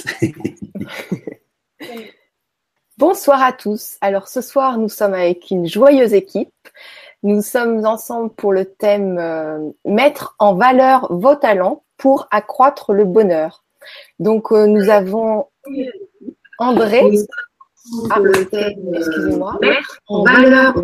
tous. Bonsoir à tous. Alors ce soir, nous sommes avec une joyeuse équipe. Nous sommes ensemble pour le thème mettre en valeur vos talents pour accroître le bonheur. Donc nous avons André. Excusez-moi. Mettre en valeur.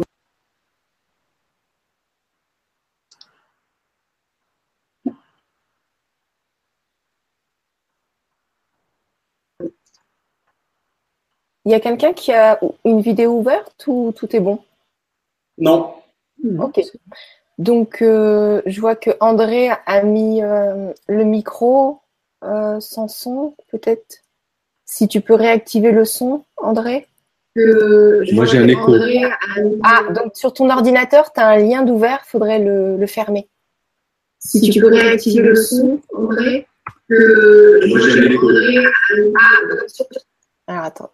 Il y a quelqu'un qui a une vidéo ouverte ou tout est bon? Non. Ok. Donc, je vois que André a mis le micro sans son, peut-être. Si tu peux réactiver le son, André. Moi, j'ai un écho. Ah, donc sur ton ordinateur, tu as un lien d'ouvert, il faudrait le fermer. Si tu peux réactiver le son, André. Moi, j'ai un écho. Alors, attends.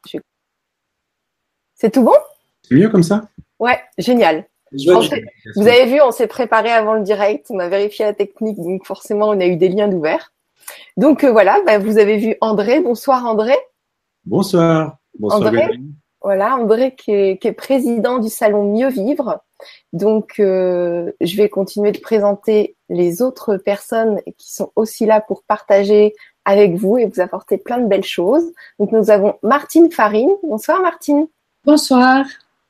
C'est tout bon? C'est mieux comme ça? Ouais, génial. Vous avez vu, on s'est préparé avant le direct, on a vérifié la technique, donc forcément, on a eu des liens d'ouvert. Donc voilà, vous avez vu André. Bonsoir André. Bonsoir. Bonsoir André. Voilà, André qui est président du salon Mieux Vivre. Donc, je vais continuer de présenter les autres personnes qui sont aussi là pour partager avec vous et vous apporter plein de belles choses. Donc, nous avons Martine Farine. Bonsoir Martine. Bonsoir.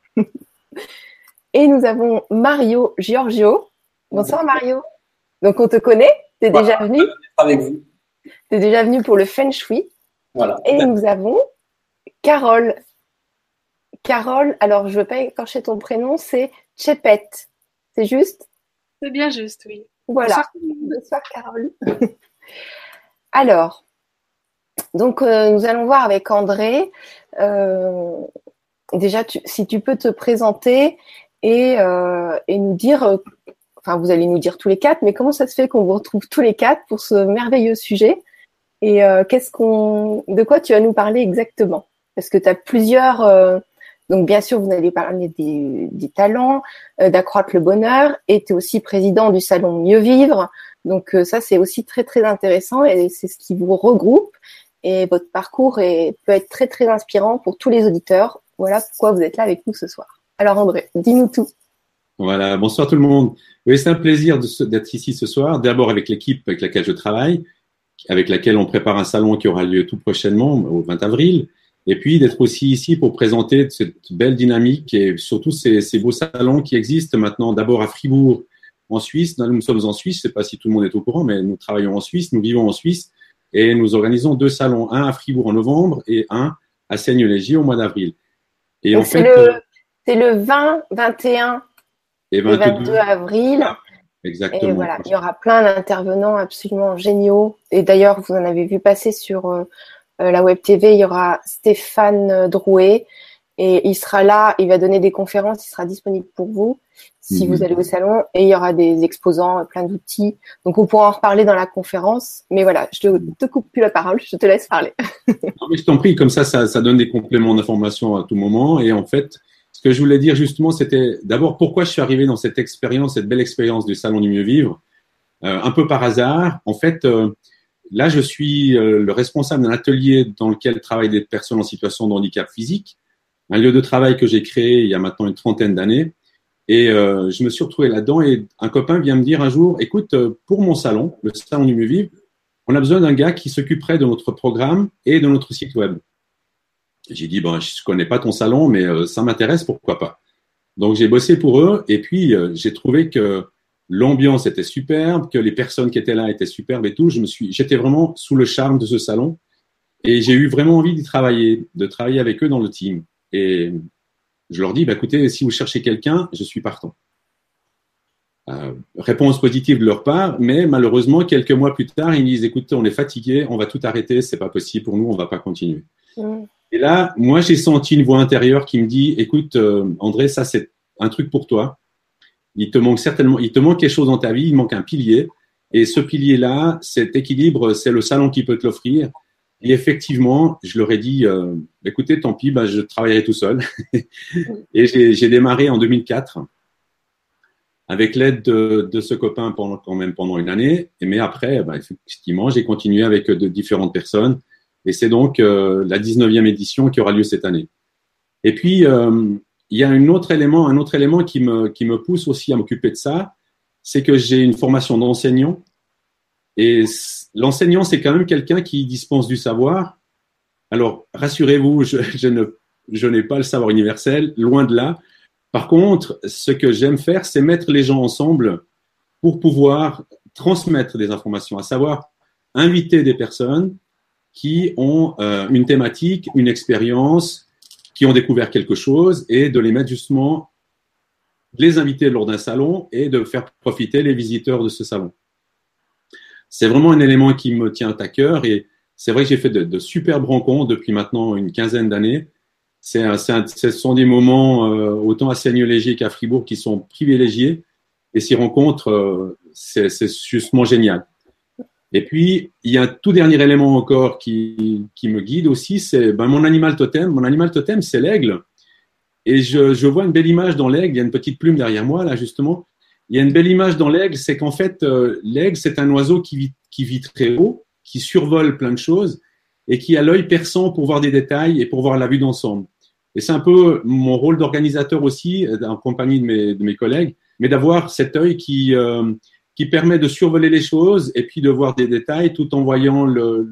Et nous avons Mario Giorgio. Bonsoir Mario. Donc, on te connaît? T'es déjà venu? Avec vous. T'es déjà venu pour le Feng Shui. Voilà. Et nous avons Carole. Carole, alors je ne veux pas écorcher ton prénom, c'est Chepet. C'est juste? C'est bien juste, oui. Voilà. Bonsoir Carole. Alors, donc nous allons voir avec André. Déjà, si tu peux te présenter et nous dire, enfin vous allez nous dire tous les quatre, mais comment ça se fait qu'on vous retrouve tous les quatre pour ce merveilleux sujet? Et de quoi tu vas nous parler exactement? Parce que tu as plusieurs... donc, bien sûr, vous allez parler des talents, d'accroître le bonheur, et tu es aussi président du salon Mieux Vivre. Donc, ça, c'est aussi très, très intéressant et c'est ce qui vous regroupe. Et votre parcours peut être très, très inspirant pour tous les auditeurs. Voilà pourquoi vous êtes là avec nous ce soir. Alors, André, dis-nous tout. Voilà, bonsoir tout le monde. Oui, c'est un plaisir d'être ici ce soir. D'abord avec l'équipe avec laquelle je travaille, avec laquelle on prépare un salon qui aura lieu tout prochainement, au 20 avril. Et puis d'être aussi ici pour présenter cette belle dynamique et surtout ces beaux salons qui existent maintenant d'abord à Fribourg, en Suisse. Nous sommes en Suisse, je ne sais pas si tout le monde est au courant, mais nous travaillons en Suisse, nous vivons en Suisse et nous organisons 2 salons, un à Fribourg en novembre et un à Seigne-Légier au mois d'avril. Et donc c'est le 20, 21 et 22 avril. Voilà, exactement. Et voilà, il y aura plein d'intervenants absolument géniaux. Et d'ailleurs, vous en avez vu passer sur... la Web TV, il y aura Stéphane Drouet et il sera là, il va donner des conférences, il sera disponible pour vous si vous allez au salon et il y aura des exposants, plein d'outils. Donc on pourra en reparler dans la conférence, mais voilà, je te coupe plus la parole, je te laisse parler. Non, mais je t'en prie, comme ça donne des compléments d'information à tout moment. Et en fait, ce que je voulais dire justement, c'était d'abord pourquoi je suis arrivé dans cette expérience, cette belle expérience du salon du Mieux Vivre, un peu par hasard. En fait, là, je suis le responsable d'un atelier dans lequel travaillent des personnes en situation de handicap physique, un lieu de travail que j'ai créé il y a maintenant une 30aine d'années. Et je me suis retrouvé là-dedans et un copain vient me dire un jour, écoute, pour mon salon, le salon du Mieux Vivre, on a besoin d'un gars qui s'occuperait de notre programme et de notre site web. J'ai dit, bon, je connais pas ton salon, mais ça m'intéresse, pourquoi pas. Donc, j'ai bossé pour eux et puis j'ai trouvé que l'ambiance était superbe, que les personnes qui étaient là étaient superbes et tout. J'étais vraiment sous le charme de ce salon et j'ai eu vraiment envie de travailler avec eux dans le team. Et je leur dis, écoutez, si vous cherchez quelqu'un, je suis partant. Réponse positive de leur part, mais malheureusement, quelques mois plus tard, ils me disent, écoutez, on est fatigué, on va tout arrêter, c'est pas possible pour nous, on va pas continuer. Et là, moi, j'ai senti une voix intérieure qui me dit, écoute, André, ça, c'est un truc pour toi. Il te manque quelque chose dans ta vie, il manque un pilier. Et ce pilier-là, cet équilibre, c'est le salon qui peut te l'offrir. Et effectivement, je leur ai dit, écoutez, tant pis, je travaillerai tout seul. Et j'ai démarré en 2004 avec l'aide de ce copain pendant une année. Mais après, effectivement, j'ai continué avec de différentes personnes. Et c'est donc la 19e édition qui aura lieu cette année. Et puis, il y a un autre élément qui me pousse aussi à m'occuper de ça, c'est que j'ai une formation d'enseignant. Et l'enseignant, c'est quand même quelqu'un qui dispense du savoir. Alors, rassurez-vous, je n'ai pas le savoir universel, loin de là. Par contre, ce que j'aime faire, c'est mettre les gens ensemble pour pouvoir transmettre des informations, à savoir inviter des personnes qui ont une thématique, une expérience, qui ont découvert quelque chose et de les mettre justement, de les inviter lors d'un salon et de faire profiter les visiteurs de ce salon. C'est vraiment un élément qui me tient à cœur et c'est vrai que j'ai fait de superbes rencontres depuis maintenant une quinzaine d'années. Ce sont des moments autant à Seigneur-Léger qu'à Fribourg qui sont privilégiés et ces rencontres, c'est justement génial. Et puis, il y a un tout dernier élément encore qui me guide aussi, c'est mon animal totem. Mon animal totem, c'est l'aigle. Et je vois une belle image dans l'aigle. Il y a une petite plume derrière moi, là, justement. Il y a une belle image dans l'aigle, c'est qu'en fait, l'aigle, c'est un oiseau qui vit très haut, qui survole plein de choses et qui a l'œil perçant pour voir des détails et pour voir la vue d'ensemble. Et c'est un peu mon rôle d'organisateur aussi, en compagnie de mes collègues, mais d'avoir cet œil qui permet de survoler les choses et puis de voir des détails tout en voyant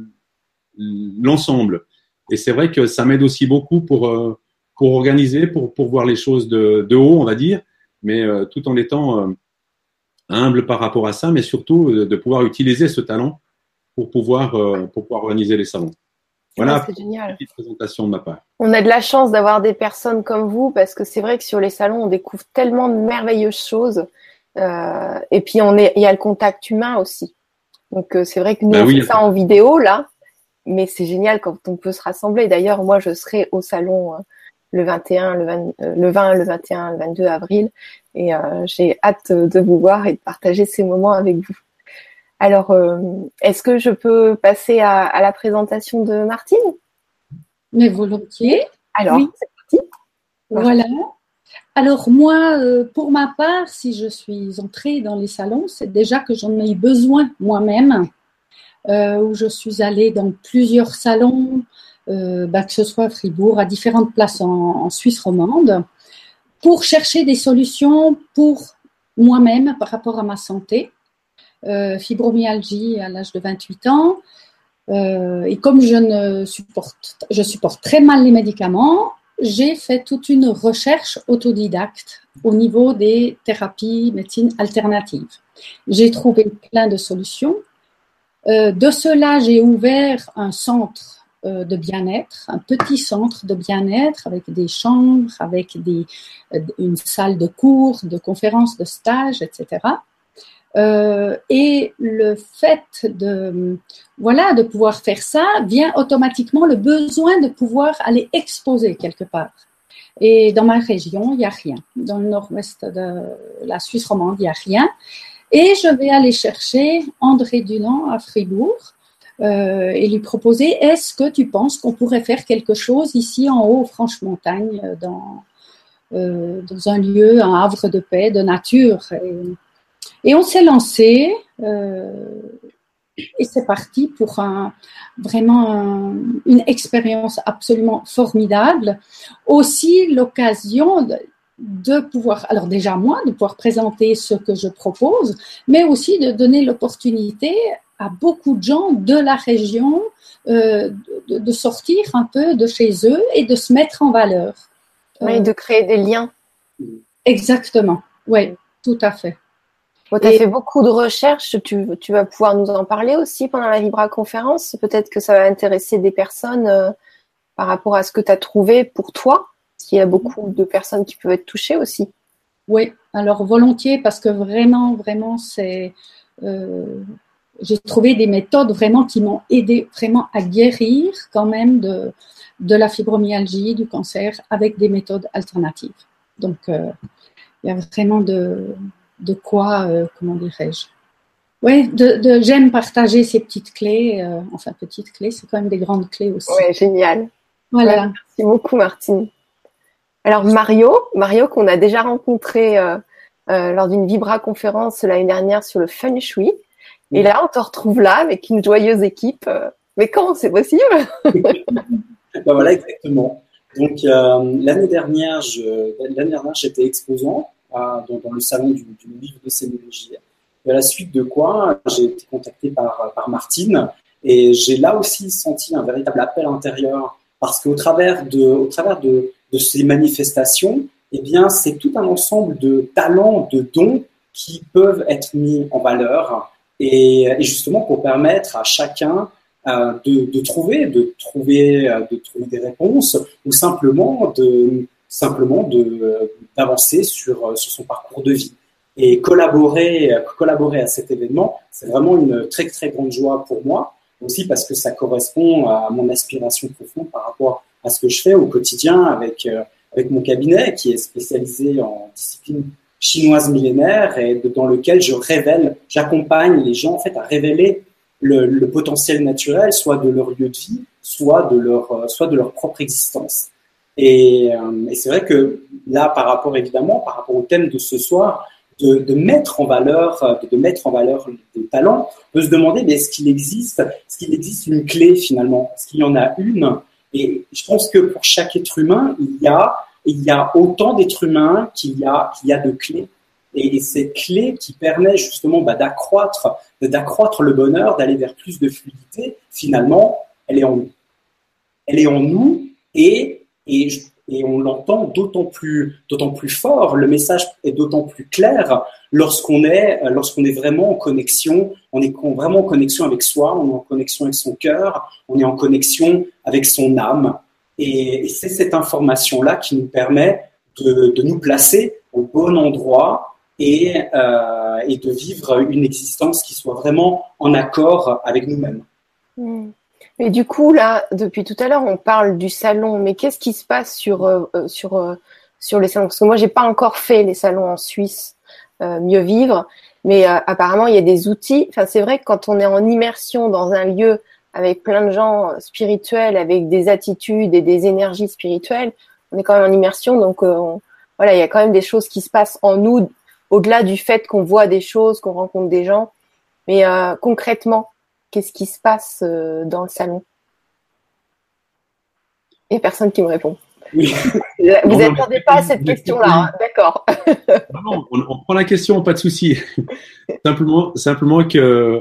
l'ensemble. Et c'est vrai que ça m'aide aussi beaucoup pour organiser, pour voir les choses de haut, on va dire, mais tout en étant humble par rapport à ça, mais surtout de pouvoir utiliser ce talent pour pouvoir organiser les salons. Voilà, c'est génial. Une petite présentation de ma part. On a de la chance d'avoir des personnes comme vous parce que c'est vrai que sur les salons, on découvre tellement de merveilleuses choses. Et puis il y a le contact humain aussi. Donc c'est vrai que nous on fait ça en vidéo là, mais c'est génial quand on peut se rassembler. D'ailleurs, moi je serai au salon le 21, le 20, le 21, le 22 avril et j'ai hâte de vous voir et de partager ces moments avec vous. Alors, est-ce que je peux passer à la présentation de Martine ? Mais volontiers. Alors, oui. C'est parti. Voilà. Alors moi, pour ma part, si je suis entrée dans les salons, c'est déjà que j'en ai eu besoin moi-même, où je suis allée dans plusieurs salons, que ce soit à Fribourg, à différentes places en Suisse romande, pour chercher des solutions pour moi-même par rapport à ma santé. Fibromyalgie à l'âge de 28 ans, et comme je supporte très mal les médicaments, j'ai fait toute une recherche autodidacte au niveau des thérapies médecine alternatives. J'ai trouvé plein de solutions. De cela, j'ai ouvert un centre de bien-être, un petit centre de bien-être avec des chambres, avec une salle de cours, de conférences, de stages, etc. Et le fait de pouvoir faire ça vient automatiquement le besoin de pouvoir aller exposer quelque part. Et dans ma région, il n'y a rien. Dans le nord-ouest de la Suisse romande, il n'y a rien. Et je vais aller chercher André Dunant à Fribourg et lui proposer, est-ce que tu penses qu'on pourrait faire quelque chose ici en haut, Franche-Montagne, dans un lieu, un havre de paix, de nature. Et on s'est lancé et c'est parti pour vraiment une expérience absolument formidable. Aussi l'occasion de pouvoir, alors déjà moi, de pouvoir présenter ce que je propose, mais aussi de donner l'opportunité à beaucoup de gens de la région de sortir un peu de chez eux et de se mettre en valeur. Oui, de créer des liens. Exactement, oui, tout à fait. Bon, tu as fait beaucoup de recherches, tu vas pouvoir nous en parler aussi pendant la Vibra conférence. Peut-être que ça va intéresser des personnes par rapport à ce que tu as trouvé pour toi, parce qu'il y a beaucoup de personnes qui peuvent être touchées aussi. Oui, alors volontiers, parce que vraiment, c'est... j'ai trouvé des méthodes vraiment qui m'ont aidé vraiment à guérir quand même de la fibromyalgie, du cancer, avec des méthodes alternatives. Donc, il y a vraiment de quoi, comment dirais-je, oui, j'aime partager ces petites clés, enfin petites clés, c'est quand même des grandes clés aussi. Oui, génial. Voilà. Ouais, merci beaucoup Martine. Alors Mario qu'on a déjà rencontré lors d'une Vibra conférence l'année dernière sur le Feng Shui. Et là, on te retrouve là avec une joyeuse équipe. Mais quand c'est possible? Ben voilà, exactement. Donc, l'année dernière, j'étais exposant dans le salon du livre de sémiologie. Et à la suite de quoi, j'ai été contacté par Martine et j'ai là aussi senti un véritable appel intérieur parce qu'au travers de ces manifestations, eh bien, c'est tout un ensemble de talents, de dons qui peuvent être mis en valeur et justement pour permettre à chacun de trouver des réponses ou simplement d'avancer sur son parcours de vie. Et collaborer à cet événement, c'est vraiment une très très grande joie pour moi, aussi parce que ça correspond à mon aspiration profonde par rapport à ce que je fais au quotidien avec mon cabinet qui est spécialisé en discipline chinoise millénaire et dans lequel j'accompagne les gens en fait à révéler le potentiel naturel, soit de leur lieu de vie, soit de leur propre existence. Et c'est vrai que là, par rapport au thème de ce soir, de mettre en valeur des talents, on peut se demander est-ce qu'il existe une clé finalement, est-ce qu'il y en a une? Et je pense que pour chaque être humain, il y a autant d'êtres humains qu'il y a de clés. Et cette clé qui permet justement d'accroître le bonheur, d'aller vers plus de fluidité, finalement, elle est en nous. Elle est en nous et on l'entend d'autant plus fort, le message est d'autant plus clair lorsqu'on est vraiment en connexion, vraiment en connexion avec soi, on est en connexion avec son cœur, on est en connexion avec son âme. Et c'est cette information-là qui nous permet de nous placer au bon endroit et de vivre une existence qui soit vraiment en accord avec nous-mêmes. Mais du coup, là, depuis tout à l'heure, on parle du salon. Mais qu'est-ce qui se passe sur les salons? Parce que moi, j'ai pas encore fait les salons en Suisse, Mieux Vivre. Mais apparemment, il y a des outils. Enfin, c'est vrai que quand on est en immersion dans un lieu avec plein de gens spirituels, avec des attitudes et des énergies spirituelles, on est quand même en immersion. Donc, voilà, il y a quand même des choses qui se passent en nous, au-delà du fait qu'on voit des choses, qu'on rencontre des gens. Mais concrètement, qu'est-ce qui se passe dans le salon? Il n'y a personne qui me répond. Oui. Vous n'attendez pas à cette question-là, hein, d'accord. Non, on prend la question, pas de souci. Simplement que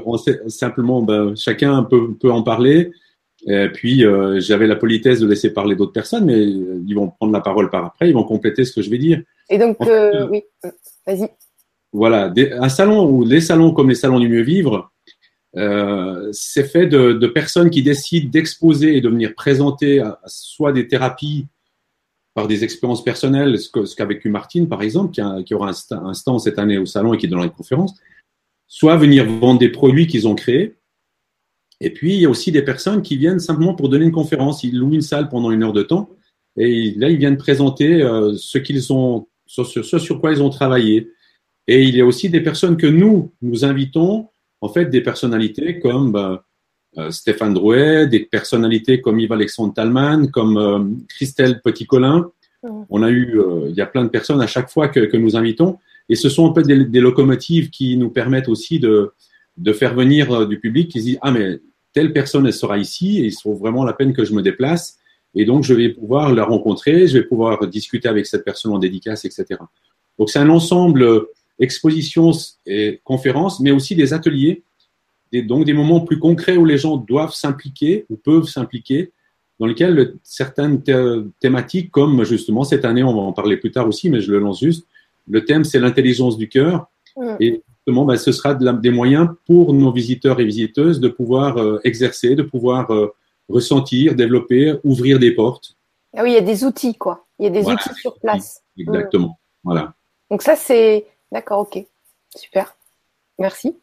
chacun peut en parler. Et puis j'avais la politesse de laisser parler d'autres personnes, mais ils vont prendre la parole par après, ils vont compléter ce que je vais dire. Et donc oui, vas-y. Voilà, un salon ou les salons comme les salons du mieux vivre. C'est fait de personnes qui décident d'exposer et de venir présenter soit des thérapies par des expériences personnelles, ce qu'a vécu Martine, par exemple, qui aura un stand cette année au salon et qui donnera une conférence, soit venir vendre des produits qu'ils ont créés. Et puis, il y a aussi des personnes qui viennent simplement pour donner une conférence. Ils louent une salle pendant 1 heure de temps et là, ils viennent présenter ce sur quoi ils ont travaillé. Et il y a aussi des personnes que nous invitons, en fait, des personnalités comme Stéphane Drouet, des personnalités comme Yves-Alexandre Talman, comme Christelle Petit-Colin. On a il y a plein de personnes à chaque fois que nous invitons. Et ce sont un peu des locomotives qui nous permettent aussi de faire venir du public qui se dit « Ah, mais telle personne, elle sera ici et il vaut vraiment la peine que je me déplace. Et donc, je vais pouvoir la rencontrer, je vais pouvoir discuter avec cette personne en dédicace, etc. » Donc, c'est un ensemble expositions et conférences, mais aussi des ateliers, donc des moments plus concrets où les gens doivent s'impliquer ou peuvent s'impliquer, dans lesquels certaines thématiques, comme justement cette année, on va en parler plus tard aussi, mais je le lance juste, le thème c'est l'intelligence du cœur, et justement ce sera des moyens pour nos visiteurs et visiteuses de pouvoir exercer, de pouvoir ressentir, développer, ouvrir des portes. Ah oui, il y a des outils, quoi. Il y a des outils sur place. Exactement, voilà. Donc ça, c'est… D'accord, ok. Super. Merci.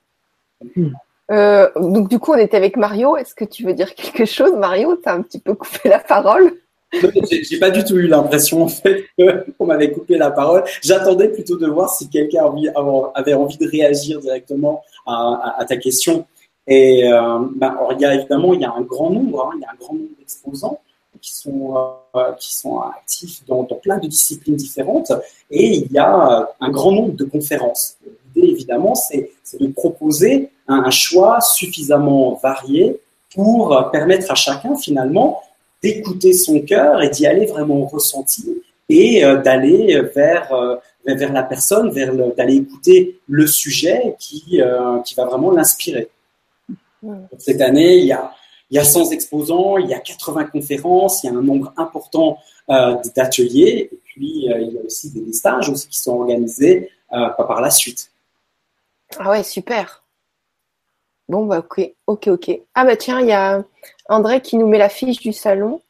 Donc du coup, on était avec Mario. Est-ce que tu veux dire quelque chose, Mario? Tu as un petit peu coupé la parole. J'ai pas du tout eu l'impression, en fait, qu'on m'avait coupé la parole. J'attendais plutôt de voir si quelqu'un avait envie de réagir directement à ta question. Et alors, il y a un grand nombre, il y a un grand nombre d'exposants qui sont actifs dans plein de disciplines différentes, et il y a un grand nombre de conférences. L'idée, évidemment, c'est de proposer un choix suffisamment varié pour permettre à chacun finalement d'écouter son cœur et d'y aller vraiment au ressenti et d'aller vers la personne, d'aller écouter le sujet qui va vraiment l'inspirer. Cette année, il y a 100 exposants, il y a 80 conférences, il y a un nombre important d'ateliers, et puis il y a aussi des stages aussi qui sont organisés par la suite. Ah ouais, super. Bon, bah ok. Ah bah tiens, il y a André qui nous met la fiche du salon.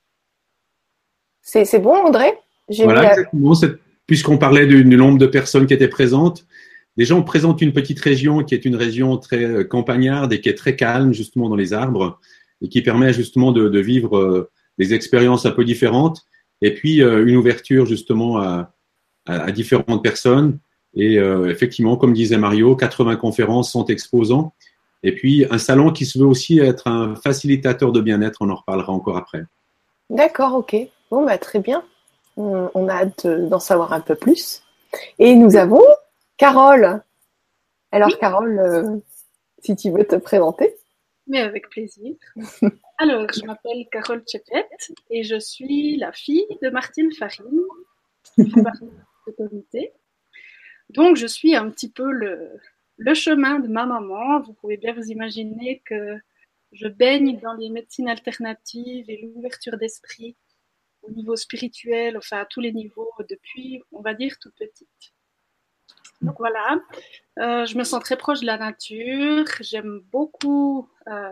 C'est bon, André? Voilà, exactement. Puisqu'on parlait du nombre de personnes qui étaient présentes, déjà on présente une petite région qui est une région très campagnarde et qui est très calme justement dans les arbres et qui permet justement de vivre des expériences un peu différentes. Et puis une ouverture justement à différentes personnes. Et effectivement, comme disait Mario, 80 conférences sont exposants. Et puis, un salon qui se veut aussi être un facilitateur de bien-être, on en reparlera encore après. D'accord, ok. Bon, bah, très bien. On a hâte d'en savoir un peu plus. Et nous avons Carole. Alors, Carole, si tu veux te présenter. Mais avec plaisir. Alors, je m'appelle Carole Tchepet et je suis la fille de Martine Farine, qui fait partie du comité. Donc, je suis un petit peu le chemin de ma maman. Vous pouvez bien vous imaginer que je baigne dans les médecines alternatives et l'ouverture d'esprit au niveau spirituel, enfin à tous les niveaux, depuis, on va dire, toute petite. Donc voilà, je me sens très proche de la nature. J'aime beaucoup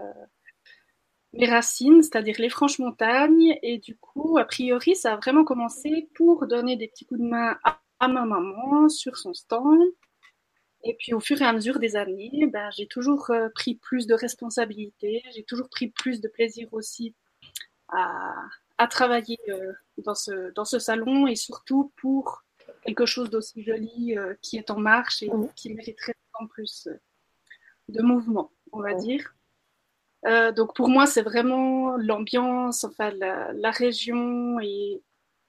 mes racines, c'est-à-dire les franches montagnes. Et du coup, a priori, ça a vraiment commencé pour donner des petits coups de main à ma maman sur son stand. Et puis au fur et à mesure des années, ben, j'ai toujours pris plus de responsabilités, j'ai toujours pris plus de plaisir aussi à travailler dans ce salon et surtout pour quelque chose d'aussi joli qui est en marche et qui mériterait en plus de mouvement, on va dire. Donc pour moi, c'est vraiment l'ambiance, enfin la région et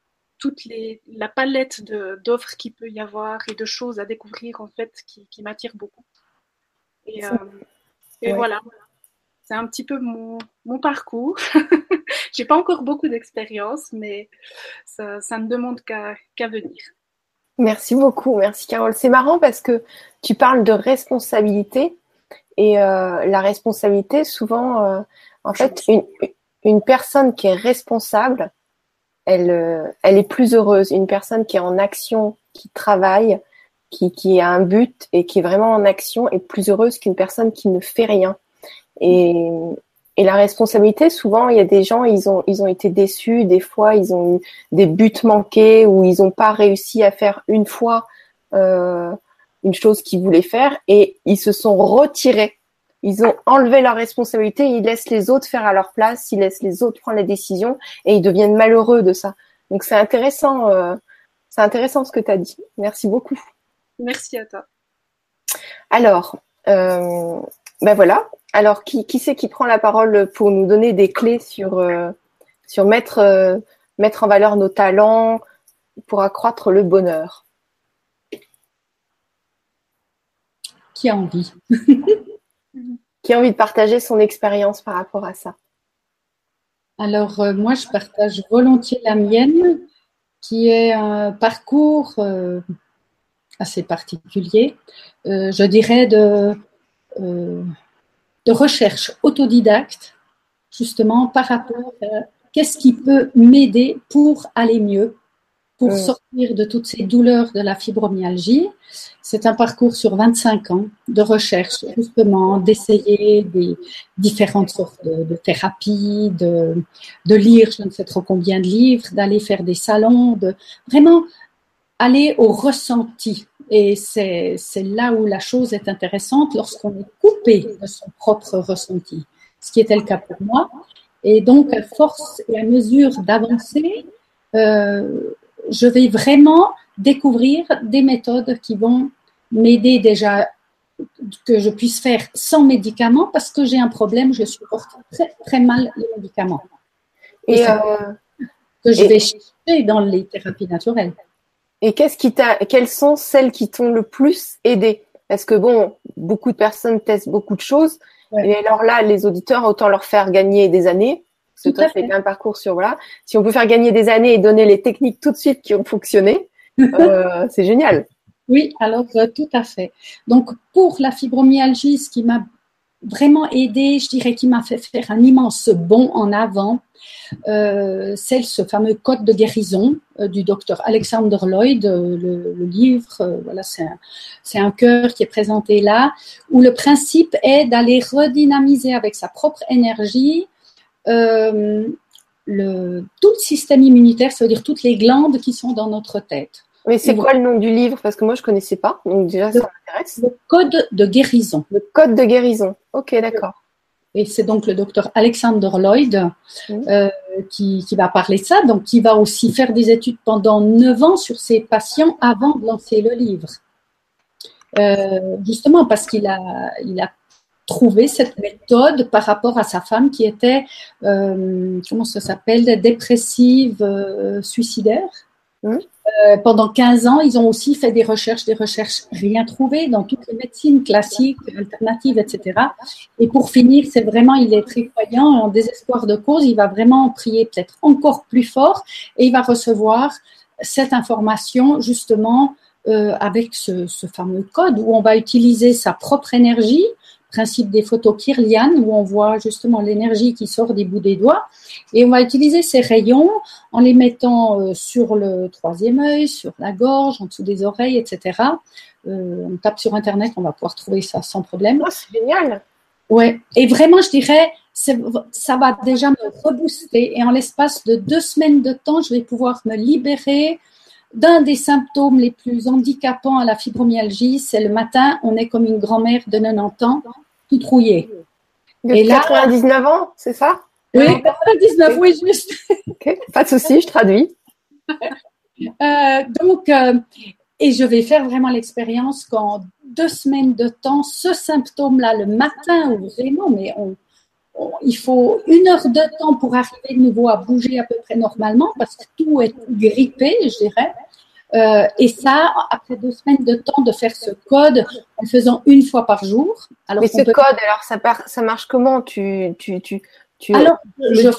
la palette d'offres qu'il peut y avoir et de choses à découvrir en fait qui m'attirent beaucoup. Et voilà, c'est un petit peu mon parcours. J'ai pas encore beaucoup d'expérience, mais ça ne demande qu'à venir. Merci beaucoup, merci Carole. C'est marrant parce que tu parles de responsabilité et la responsabilité, souvent, en fait, une personne qui est responsable, elle est plus heureuse. Une personne qui est en action, qui travaille, qui a un but et qui est vraiment en action est plus heureuse qu'une personne qui ne fait rien. Et la responsabilité, souvent, il y a des gens, ils ont été déçus. Des fois, ils ont eu des buts manqués ou ils n'ont pas réussi à faire une fois une chose qu'ils voulaient faire et ils se sont retirés. Ils ont enlevé leur responsabilité, ils laissent les autres faire à leur place, ils laissent les autres prendre les décisions et ils deviennent malheureux de ça. Donc c'est intéressant ce que tu as dit. Merci beaucoup. Merci à toi. Alors, ben voilà. Alors, qui c'est qui prend la parole pour nous donner des clés sur mettre en valeur nos talents pour accroître le bonheur? Qui a envie? Qui a envie de partager son expérience par rapport à ça? Alors, moi, je partage volontiers la mienne, qui est un parcours assez particulier, je dirais de recherche autodidacte, justement, par rapport à qu'est-ce qui peut m'aider pour aller mieux, pour sortir de toutes ces douleurs de la fibromyalgie. C'est un parcours sur 25 ans de recherche, justement, d'essayer des différentes sortes de thérapies, de lire je ne sais trop combien de livres, d'aller faire des salons, de vraiment aller au ressenti. Et c'est là où la chose est intéressante lorsqu'on est coupé de son propre ressenti, ce qui était le cas pour moi. Et donc, à force et à mesure d'avancer, je vais vraiment découvrir des méthodes qui vont m'aider déjà, que je puisse faire sans médicaments, parce que j'ai un problème, je supporte très, très mal les médicaments. Et que je vais chercher dans les thérapies naturelles. Et quelles sont celles qui t'ont le plus aidé? Parce que bon, beaucoup de personnes testent beaucoup de choses, Ouais. Et alors là, les auditeurs, autant leur faire gagner des années. Parce que toi, tu fais un parcours sur, voilà. Si on peut faire gagner des années et donner les techniques tout de suite qui ont fonctionné, c'est génial. Oui, alors tout à fait. Donc, pour la fibromyalgie, ce qui m'a vraiment aidé, je dirais, qui m'a fait faire un immense bond en avant, c'est ce fameux code de guérison du docteur Alexander Lloyd, le livre, voilà, c'est un cœur qui est présenté là, où le principe est d'aller redynamiser avec sa propre énergie tout le système immunitaire, ça veut dire toutes les glandes qui sont dans notre tête. Mais c'est quoi le nom du livre? Parce que moi, je connaissais pas, donc déjà, ça m'intéresse. Le code de guérison. Le code de guérison. Ok, d'accord. Et c'est donc le docteur Alexander Lloyd qui va parler de ça, donc qui va aussi faire des études pendant 9 ans sur ses patients avant de lancer le livre. Justement parce qu'il a trouvé cette méthode par rapport à sa femme qui était, comment ça s'appelle, dépressive suicidaire. Pendant 15 ans, ils ont aussi fait des recherches, rien trouvé dans toutes les médecines classiques, alternatives, etc. Et pour finir, c'est vraiment, il est très croyant, en désespoir de cause, il va vraiment prier peut-être encore plus fort et il va recevoir cette information justement avec ce fameux code où on va utiliser sa propre énergie, principe des photos Kirlian, où on voit justement l'énergie qui sort des bouts des doigts. Et on va utiliser ces rayons en les mettant sur le troisième œil, sur la gorge, en dessous des oreilles, etc. On tape sur Internet, on va pouvoir trouver ça sans problème. Oh, c'est génial. Ouais. Et vraiment, je dirais, ça va déjà me rebooster. Et en l'espace de 2 semaines de temps, je vais pouvoir me libérer d'un des symptômes les plus handicapants à la fibromyalgie. C'est le matin, on est comme une grand-mère de 90 ans, toute rouillée. De 99 ans, c'est ça? Oui, 99, oui, juste. Okay. Pas de souci, je traduis. Et je vais faire vraiment l'expérience qu'en 2 semaines de temps, ce symptôme-là, le matin, où vraiment, mais il faut 1 heure de temps pour arriver de nouveau à bouger à peu près normalement, parce que tout est grippé, je dirais. Et ça, après 2 semaines de temps de faire ce code, en le faisant 1 fois par jour. Alors, mais ce code, alors ça marche comment? Alors, je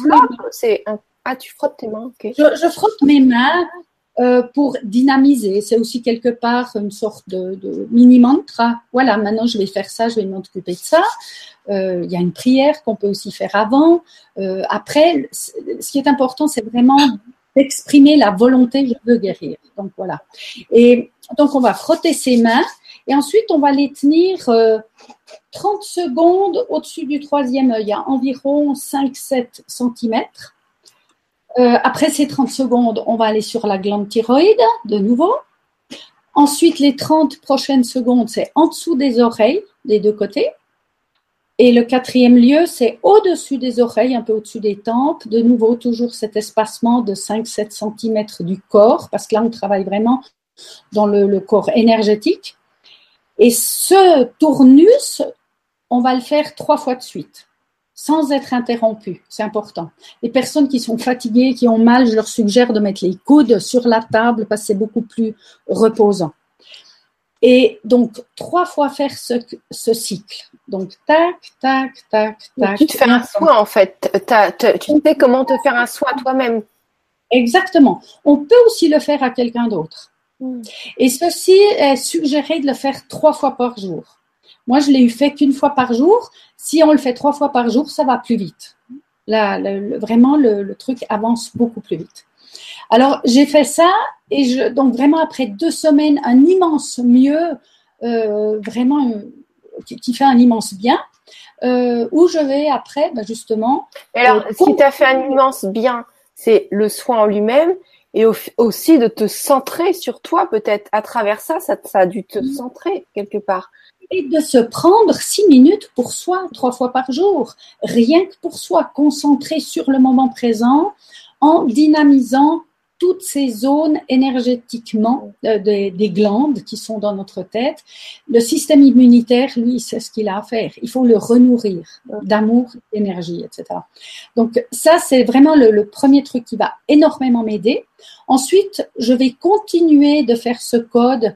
frotte tu frottes tes mains. Okay. Je frotte mes mains pour dynamiser. C'est aussi quelque part une sorte de mini mantra. Voilà, maintenant je vais faire ça, je vais m'occuper de ça. Il y a une prière qu'on peut aussi faire avant. Après, ce qui est important, c'est vraiment d'exprimer la volonté, je veux guérir. Donc voilà. Et donc on va frotter ses mains et ensuite on va les tenir 30 secondes au-dessus du troisième œil, à environ 5-7 cm. Après ces 30 secondes, on va aller sur la glande thyroïde, de nouveau. Ensuite, les 30 prochaines secondes, c'est en dessous des oreilles, des 2 côtés. Et le 4e lieu, c'est au-dessus des oreilles, un peu au-dessus des tempes. De nouveau, toujours cet espacement de 5-7 cm du corps, parce que là, on travaille vraiment dans le corps énergétique. Et ce tournus, on va le faire 3 fois de suite, sans être interrompu. C'est important. Les personnes qui sont fatiguées, qui ont mal, je leur suggère de mettre les coudes sur la table parce que c'est beaucoup plus reposant. Et donc, 3 fois faire ce cycle. Donc, tac, tac, tac, tac. Tu te fais un soin, en fait. Tu sais comment te faire un soin toi-même. Exactement. On peut aussi le faire à quelqu'un d'autre. Et ceci est suggéré de le faire 3 fois par jour. Moi, je l'ai fait qu'1 fois par jour. Si on le fait 3 fois par jour, ça va plus vite. Là, vraiment, le truc avance beaucoup plus vite. Alors, j'ai fait ça et donc vraiment après 2 semaines, un immense mieux, vraiment qui fait un immense bien, où je vais après, justement. Alors, si tu as fait un immense bien, c'est le soin en lui-même et aussi de te centrer sur toi, peut-être. À travers ça a dû te centrer quelque part. Et de se prendre 6 minutes pour soi, 3 fois par jour, rien que pour soi, concentré sur le moment présent, en dynamisant toutes ces zones énergétiquement des glandes qui sont dans notre tête. Le système immunitaire, lui, c'est ce qu'il a à faire. Il faut le renourrir d'amour, d'énergie, etc. Donc ça, c'est vraiment le premier truc qui va énormément m'aider. Ensuite, je vais continuer de faire ce code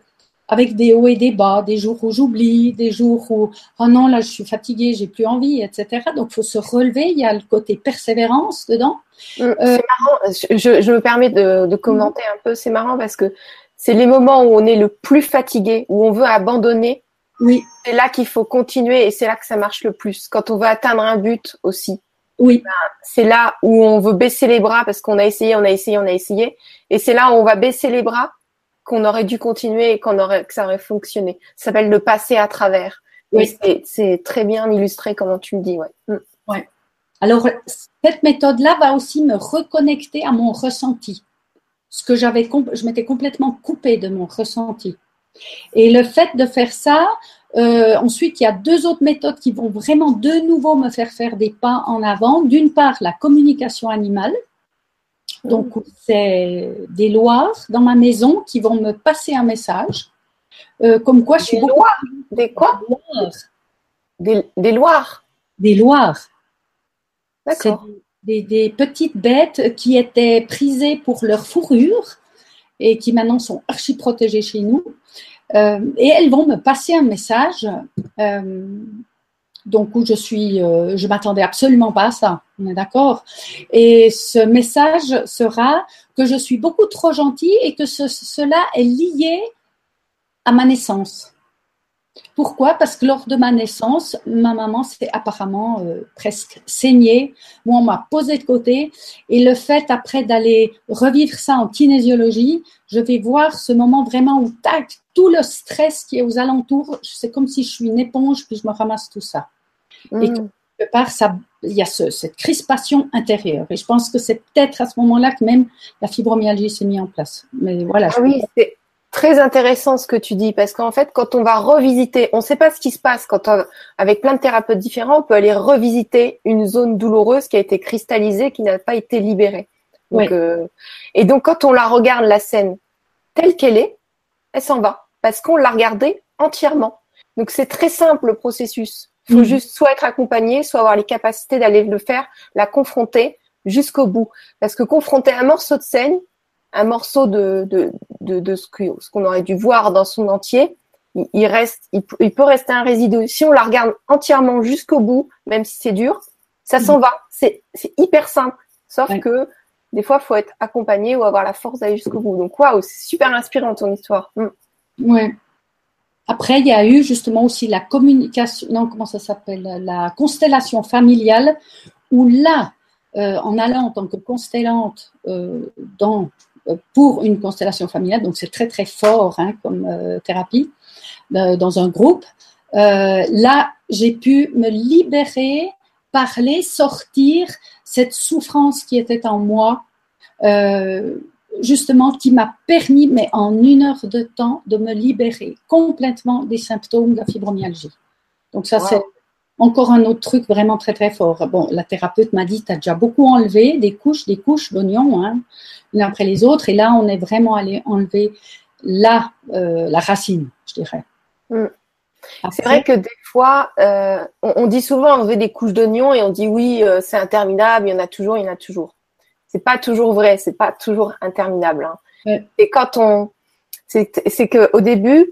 avec des hauts et des bas, des jours où j'oublie, des jours où oh non là je suis fatiguée, j'ai plus envie, etc. Donc il faut se relever. Il y a le côté persévérance dedans. C'est marrant. Je me permets de commenter un peu. C'est marrant parce que c'est les moments où on est le plus fatigué, où on veut abandonner. Oui. C'est là qu'il faut continuer et c'est là que ça marche le plus. Quand on veut atteindre un but aussi. Oui. C'est là où on veut baisser les bras parce qu'on a essayé. Et c'est là où on va baisser les bras qu'on aurait dû continuer et que ça aurait fonctionné. Ça s'appelle le passer à travers. Oui. Et c'est très bien illustré comment tu le dis, ouais. Ouais. Alors, cette méthode-là va aussi me reconnecter à mon ressenti. Ce que je m'étais complètement coupée de mon ressenti. Et le fait de faire ça, ensuite, il y a 2 autres méthodes qui vont vraiment de nouveau me faire des pas en avant. D'une part, la communication animale. Donc, c'est des loirs dans ma maison qui vont me passer un message. Comme quoi, je suis beaucoup... Des quoi? Des loirs. Des loirs. D'accord. C'est des petites bêtes qui étaient prisées pour leur fourrure et qui maintenant sont archi protégées chez nous. Et elles vont me passer un message donc où je m'attendais absolument pas à ça, on est d'accord. Et ce message sera que je suis beaucoup trop gentille et que cela est lié à ma naissance. Pourquoi? Parce que lors de ma naissance, ma maman s'est apparemment presque saignée. Moi, on m'a posé de côté. Et le fait, après, d'aller revivre ça en kinésiologie, je vais voir ce moment vraiment où, tac, tout le stress qui est aux alentours, c'est comme si je suis une éponge, puis je me ramasse tout ça. Et quelque part, il y a cette crispation intérieure. Et je pense que c'est peut-être à ce moment-là que même la fibromyalgie s'est mise en place. Mais voilà. Oui, c'est très intéressant ce que tu dis, parce qu'en fait, quand on va revisiter, on ne sait pas ce qui se passe avec plein de thérapeutes différents, on peut aller revisiter une zone douloureuse qui a été cristallisée, qui n'a pas été libérée. Donc, et donc, quand on la regarde, la scène telle qu'elle est, elle s'en va, parce qu'on l'a regardée entièrement. Donc, c'est très simple le processus. Il faut juste soit être accompagné, soit avoir les capacités d'aller le faire, la confronter jusqu'au bout. Parce que confronter un morceau de scène, un morceau de ce qu'on aurait dû voir dans son entier, il peut rester un résidu. Si on la regarde entièrement jusqu'au bout, même si c'est dur, ça s'en va. C'est hyper simple. Sauf que des fois, il faut être accompagné ou avoir la force d'aller jusqu'au bout. Donc, waouh, c'est super inspirant ton histoire. Ouais. Après, il y a eu justement aussi la communication, la constellation familiale, où là, en allant en tant que constellante pour une constellation familiale, donc c'est très très fort comme thérapie, dans un groupe, là, j'ai pu me libérer, parler, sortir cette souffrance qui était en moi, justement, qui m'a permis, mais en 1 heure de temps, de me libérer complètement des symptômes de la fibromyalgie. Donc ça, c'est encore un autre truc vraiment très, très fort. Bon, la thérapeute m'a dit, tu as déjà beaucoup enlevé des couches d'oignons, l'une après les autres, et là, on est vraiment allé enlever la racine, je dirais. Après, c'est vrai que des fois, on dit souvent enlever des couches d'oignons et on dit oui, c'est interminable, il y en a toujours. C'est pas toujours vrai, c'est pas toujours interminable. Et quand c'est que au début,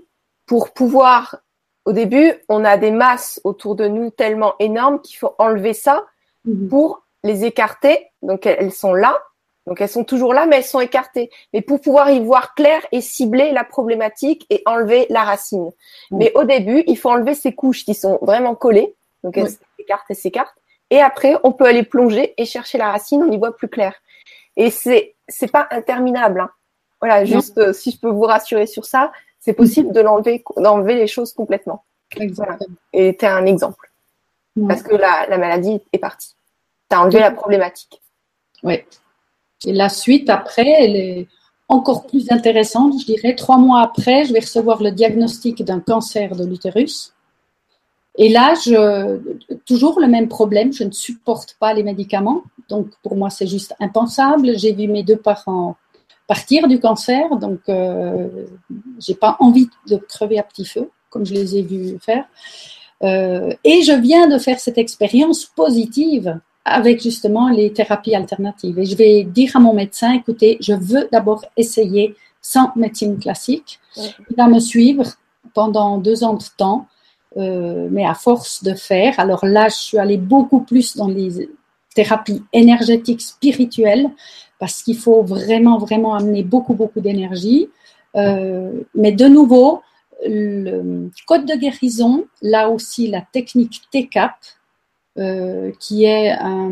on a des masses autour de nous tellement énormes qu'il faut enlever ça pour les écarter. Donc elles sont là, donc elles sont toujours là, mais elles sont écartées. Mais pour pouvoir y voir clair et cibler la problématique et enlever la racine. Mais au début, il faut enlever ces couches qui sont vraiment collées, donc elles s'écartent. Et après, on peut aller plonger et chercher la racine, on y voit plus clair. Et c'est pas interminable. Voilà, juste si je peux vous rassurer sur ça, c'est possible d'enlever les choses complètement. Voilà. Et tu as un exemple. Parce que la maladie est partie. Tu as enlevé la problématique. Oui. Et la suite, après, elle est encore plus intéressante, je dirais. 3 mois après, je vais recevoir le diagnostic d'un cancer de l'utérus. Et là, toujours le même problème, je ne supporte pas les médicaments. Donc, pour moi, c'est juste impensable. J'ai vu mes 2 parents partir du cancer, donc j'ai pas envie de crever à petit feu, comme je les ai vus faire. Et je viens de faire cette expérience positive avec justement les thérapies alternatives. Et je vais dire à mon médecin, écoutez, je veux d'abord essayer sans médecine classique. Il va me suivre pendant 2 ans de temps, mais à force de faire. Alors là, je suis allée beaucoup plus dans les thérapies énergétiques spirituelles parce qu'il faut vraiment, vraiment amener beaucoup, beaucoup d'énergie. Mais de nouveau, le code de guérison, là aussi la technique TCAP, qui est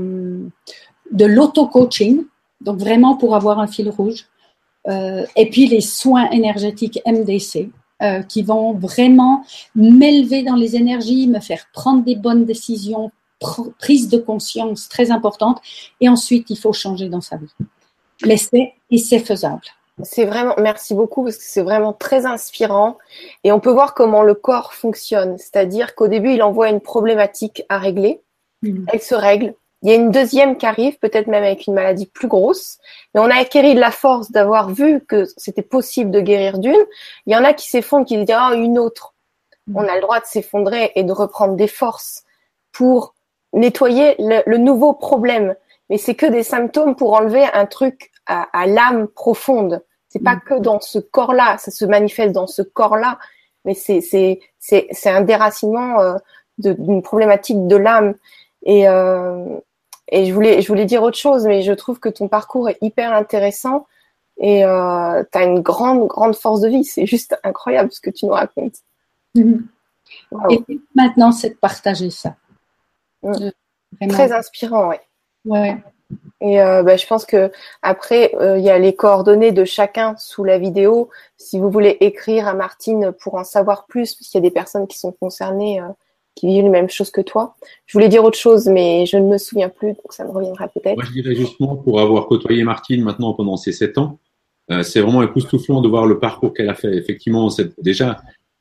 de l'auto-coaching, donc vraiment pour avoir un fil rouge, et puis les soins énergétiques MDC, qui vont vraiment m'élever dans les énergies, me faire prendre des bonnes décisions, prise de conscience très importante, et ensuite il faut changer dans sa vie. Mais c'est faisable. C'est vraiment, merci beaucoup parce que c'est vraiment très inspirant et on peut voir comment le corps fonctionne. C'est-à-dire qu'au début, il envoie une problématique à régler, elle se règle. Il y a une deuxième qui arrive, peut-être même avec une maladie plus grosse, mais on a acquéri de la force d'avoir vu que c'était possible de guérir d'une. Il y en a qui s'effondrent, qui disent une autre. On a le droit de s'effondrer et de reprendre des forces pour nettoyer le nouveau problème. Mais c'est que des symptômes pour enlever un truc à l'âme profonde. C'est pas que dans ce corps-là, ça se manifeste dans ce corps-là, mais c'est un déracinement d'une problématique de l'âme. Et je voulais dire autre chose, mais je trouve que ton parcours est hyper intéressant et t'as une grande force de vie. C'est juste incroyable ce que tu nous racontes. Wow. Et maintenant, c'est de partager ça. Très inspirant, ouais. Ouais. Et je pense que après il y a les coordonnées de chacun sous la vidéo. Si vous voulez écrire à Martine pour en savoir plus, parce qu'il y a des personnes qui sont concernées, qui vivent les mêmes choses que toi. Je voulais dire autre chose, mais je ne me souviens plus, donc ça me reviendra peut-être. Moi, je dirais justement, pour avoir côtoyé Martine maintenant pendant ces 7 ans, c'est vraiment époustouflant de voir le parcours qu'elle a fait. Effectivement, c'est déjà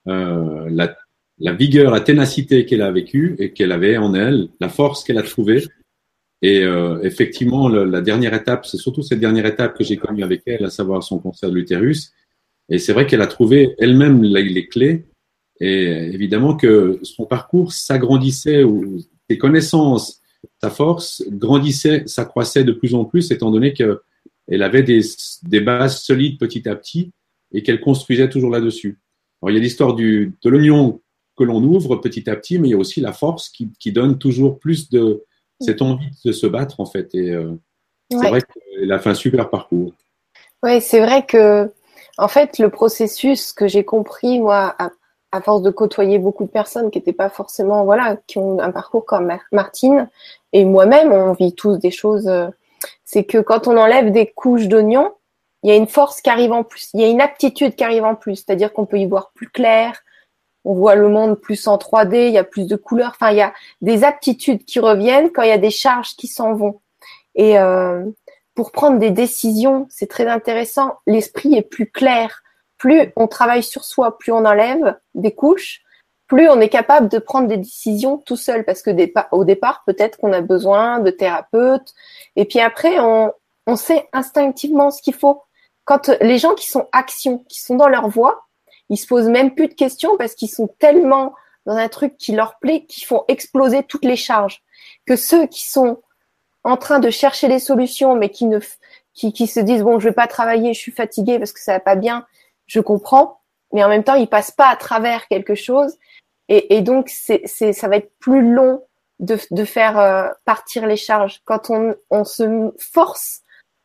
la vigueur, la ténacité qu'elle a vécue et qu'elle avait en elle, la force qu'elle a trouvée. Et effectivement, la dernière étape, c'est surtout cette dernière étape que j'ai connue avec elle, à savoir son cancer de l'utérus. Et c'est vrai qu'elle a trouvé elle-même les clés. Et évidemment que son parcours s'agrandissait, ou ses connaissances, sa force grandissait, s'accroissait de plus en plus, étant donné qu'elle avait des bases solides petit à petit et qu'elle construisait toujours là-dessus. Alors, il y a l'histoire de l'oignon que l'on ouvre petit à petit, mais il y a aussi la force qui donne toujours plus de cette envie de se battre, en fait. Et c'est vrai qu'elle a fait un super parcours. Oui, c'est vrai que, en fait, le processus que j'ai compris, moi, à force de côtoyer beaucoup de personnes qui n'étaient pas forcément, qui ont un parcours comme Martine, et moi-même, on vit tous des choses, c'est que quand on enlève des couches d'oignons, il y a une force qui arrive en plus, il y a une aptitude qui arrive en plus, c'est-à-dire qu'on peut y voir plus clair, on voit le monde plus en 3D, il y a plus de couleurs, enfin, il y a des aptitudes qui reviennent quand il y a des charges qui s'en vont. Et pour prendre des décisions, c'est très intéressant, l'esprit est plus clair. Plus on travaille sur soi, plus on enlève des couches, plus on est capable de prendre des décisions tout seul. Parce que au départ, peut-être qu'on a besoin de thérapeutes. Et puis après, on sait instinctivement ce qu'il faut. Quand les gens qui sont action, qui sont dans leur voie, ils se posent même plus de questions parce qu'ils sont tellement dans un truc qui leur plaît, qu'ils font exploser toutes les charges. Que ceux qui sont en train de chercher des solutions, mais qui se disent, bon, je vais pas travailler, je suis fatiguée parce que ça va pas bien, je comprends, mais en même temps, ils passent pas à travers quelque chose, et donc ça va être plus long de faire partir les charges. Quand on se force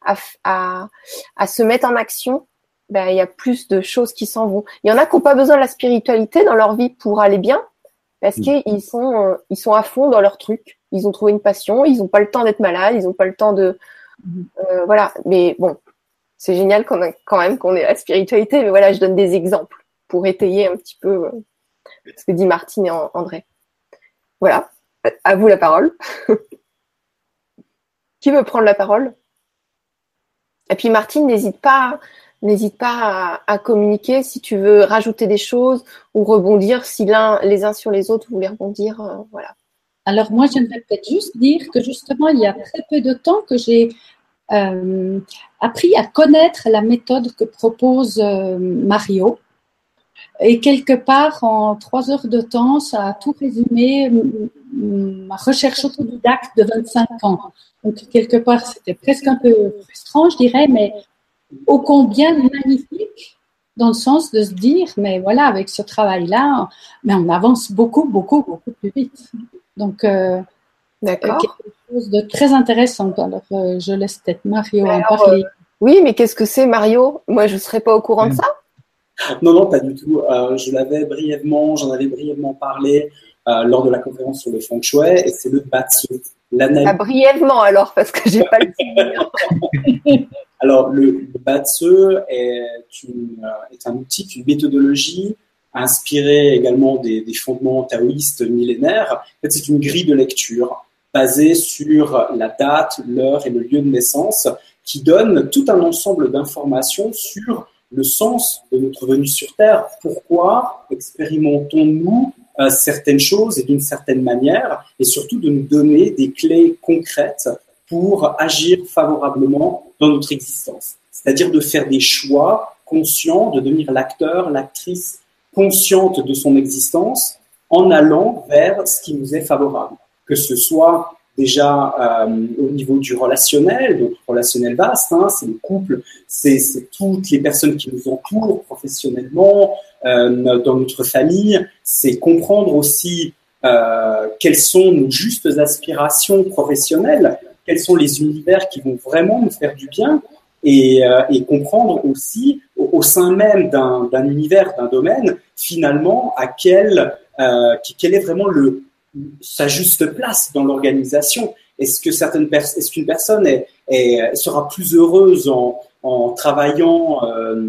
à se mettre en action, il y a plus de choses qui s'en vont. Il y en a qui n'ont pas besoin de la spiritualité dans leur vie pour aller bien, parce qu'ils sont à fond dans leur truc. Ils ont trouvé une passion, ils n'ont pas le temps d'être malades, ils n'ont pas le temps de voilà. Mais bon. C'est génial qu'on ait la spiritualité, mais voilà, je donne des exemples pour étayer un petit peu ce que dit Martine et André. Voilà, à vous la parole. Qui veut prendre la parole? Et puis Martine, n'hésite pas à communiquer si tu veux rajouter des choses ou rebondir si les uns sur les autres vous voulez rebondir. Voilà. Alors moi, j'aimerais peut-être juste dire que justement, il y a très peu de temps que j'ai appris à connaître la méthode que propose Mario. Et quelque part, en 3 heures de temps, ça a tout résumé ma recherche autodidacte de 25 ans. Donc, quelque part, c'était presque un peu frustrant, je dirais, mais ô combien magnifique, dans le sens de se dire, mais voilà, avec ce travail-là, mais on avance beaucoup, beaucoup, beaucoup plus vite. Donc, D'accord. quelque chose de très intéressant. Alors, je laisse peut-être Mario en Alors, parler. oui, mais qu'est-ce que c'est, Mario? Moi, je ne serais pas au courant de ça. Non, pas du tout. J'en avais brièvement parlé lors de la conférence sur le feng shui, et c'est le Batsu. Ah, brièvement alors, parce que j'ai pas le souvenir. Alors, le Batsu est un outil, une méthodologie inspirée également des fondements taoïstes millénaires. En fait, c'est une grille de lecture basée sur la date, l'heure et le lieu de naissance qui donne tout un ensemble d'informations sur le sens de notre venue sur Terre. Pourquoi expérimentons-nous certaines choses et d'une certaine manière, et surtout de nous donner des clés concrètes pour agir favorablement dans notre existence. C'est-à-dire de faire des choix conscients, de devenir l'acteur, l'actrice consciente de son existence en allant vers ce qui nous est favorable. Que ce soit déjà au niveau du relationnel, donc relationnel vaste, c'est le couple, c'est toutes les personnes qui nous entourent professionnellement, dans notre famille, c'est comprendre aussi quelles sont nos justes aspirations professionnelles, quels sont les univers qui vont vraiment nous faire du bien, et comprendre aussi au sein même d'un univers, d'un domaine, finalement, quelle est vraiment sa juste place dans l'organisation. Est-ce qu'une personne sera plus heureuse en travaillant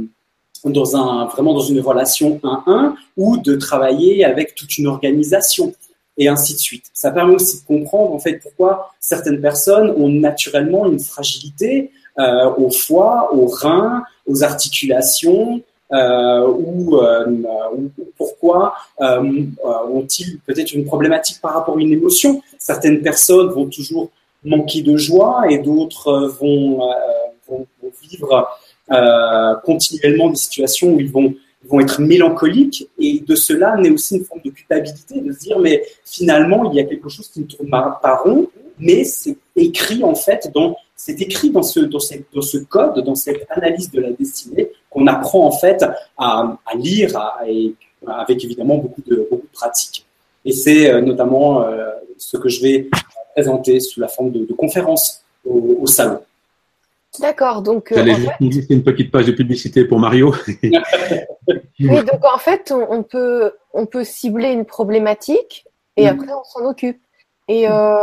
vraiment dans une relation 1-1 ou de travailler avec toute une organisation, et ainsi de suite. Ça permet aussi de comprendre en fait pourquoi certaines personnes ont naturellement une fragilité au foie, aux reins, aux articulations, ou pourquoi ont-ils peut-être une problématique par rapport à une émotion. Certaines personnes vont toujours manquer de joie et d'autres vont vivre continuellement des situations où ils vont être mélancoliques, et de cela naît aussi une forme de culpabilité, de se dire mais finalement il y a quelque chose qui ne tourne pas rond, mais c'est écrit en fait c'est écrit dans ce code, dans cette analyse de la destinée qu'on apprend en fait à lire et avec évidemment beaucoup de pratique. Et c'est notamment ce que je vais présenter sous la forme de conférences au salon. D'accord, donc J'allais juste nous dire, c'est une petite page de publicité pour Mario. oui, donc en fait, on peut cibler une problématique et après on s'en occupe. Et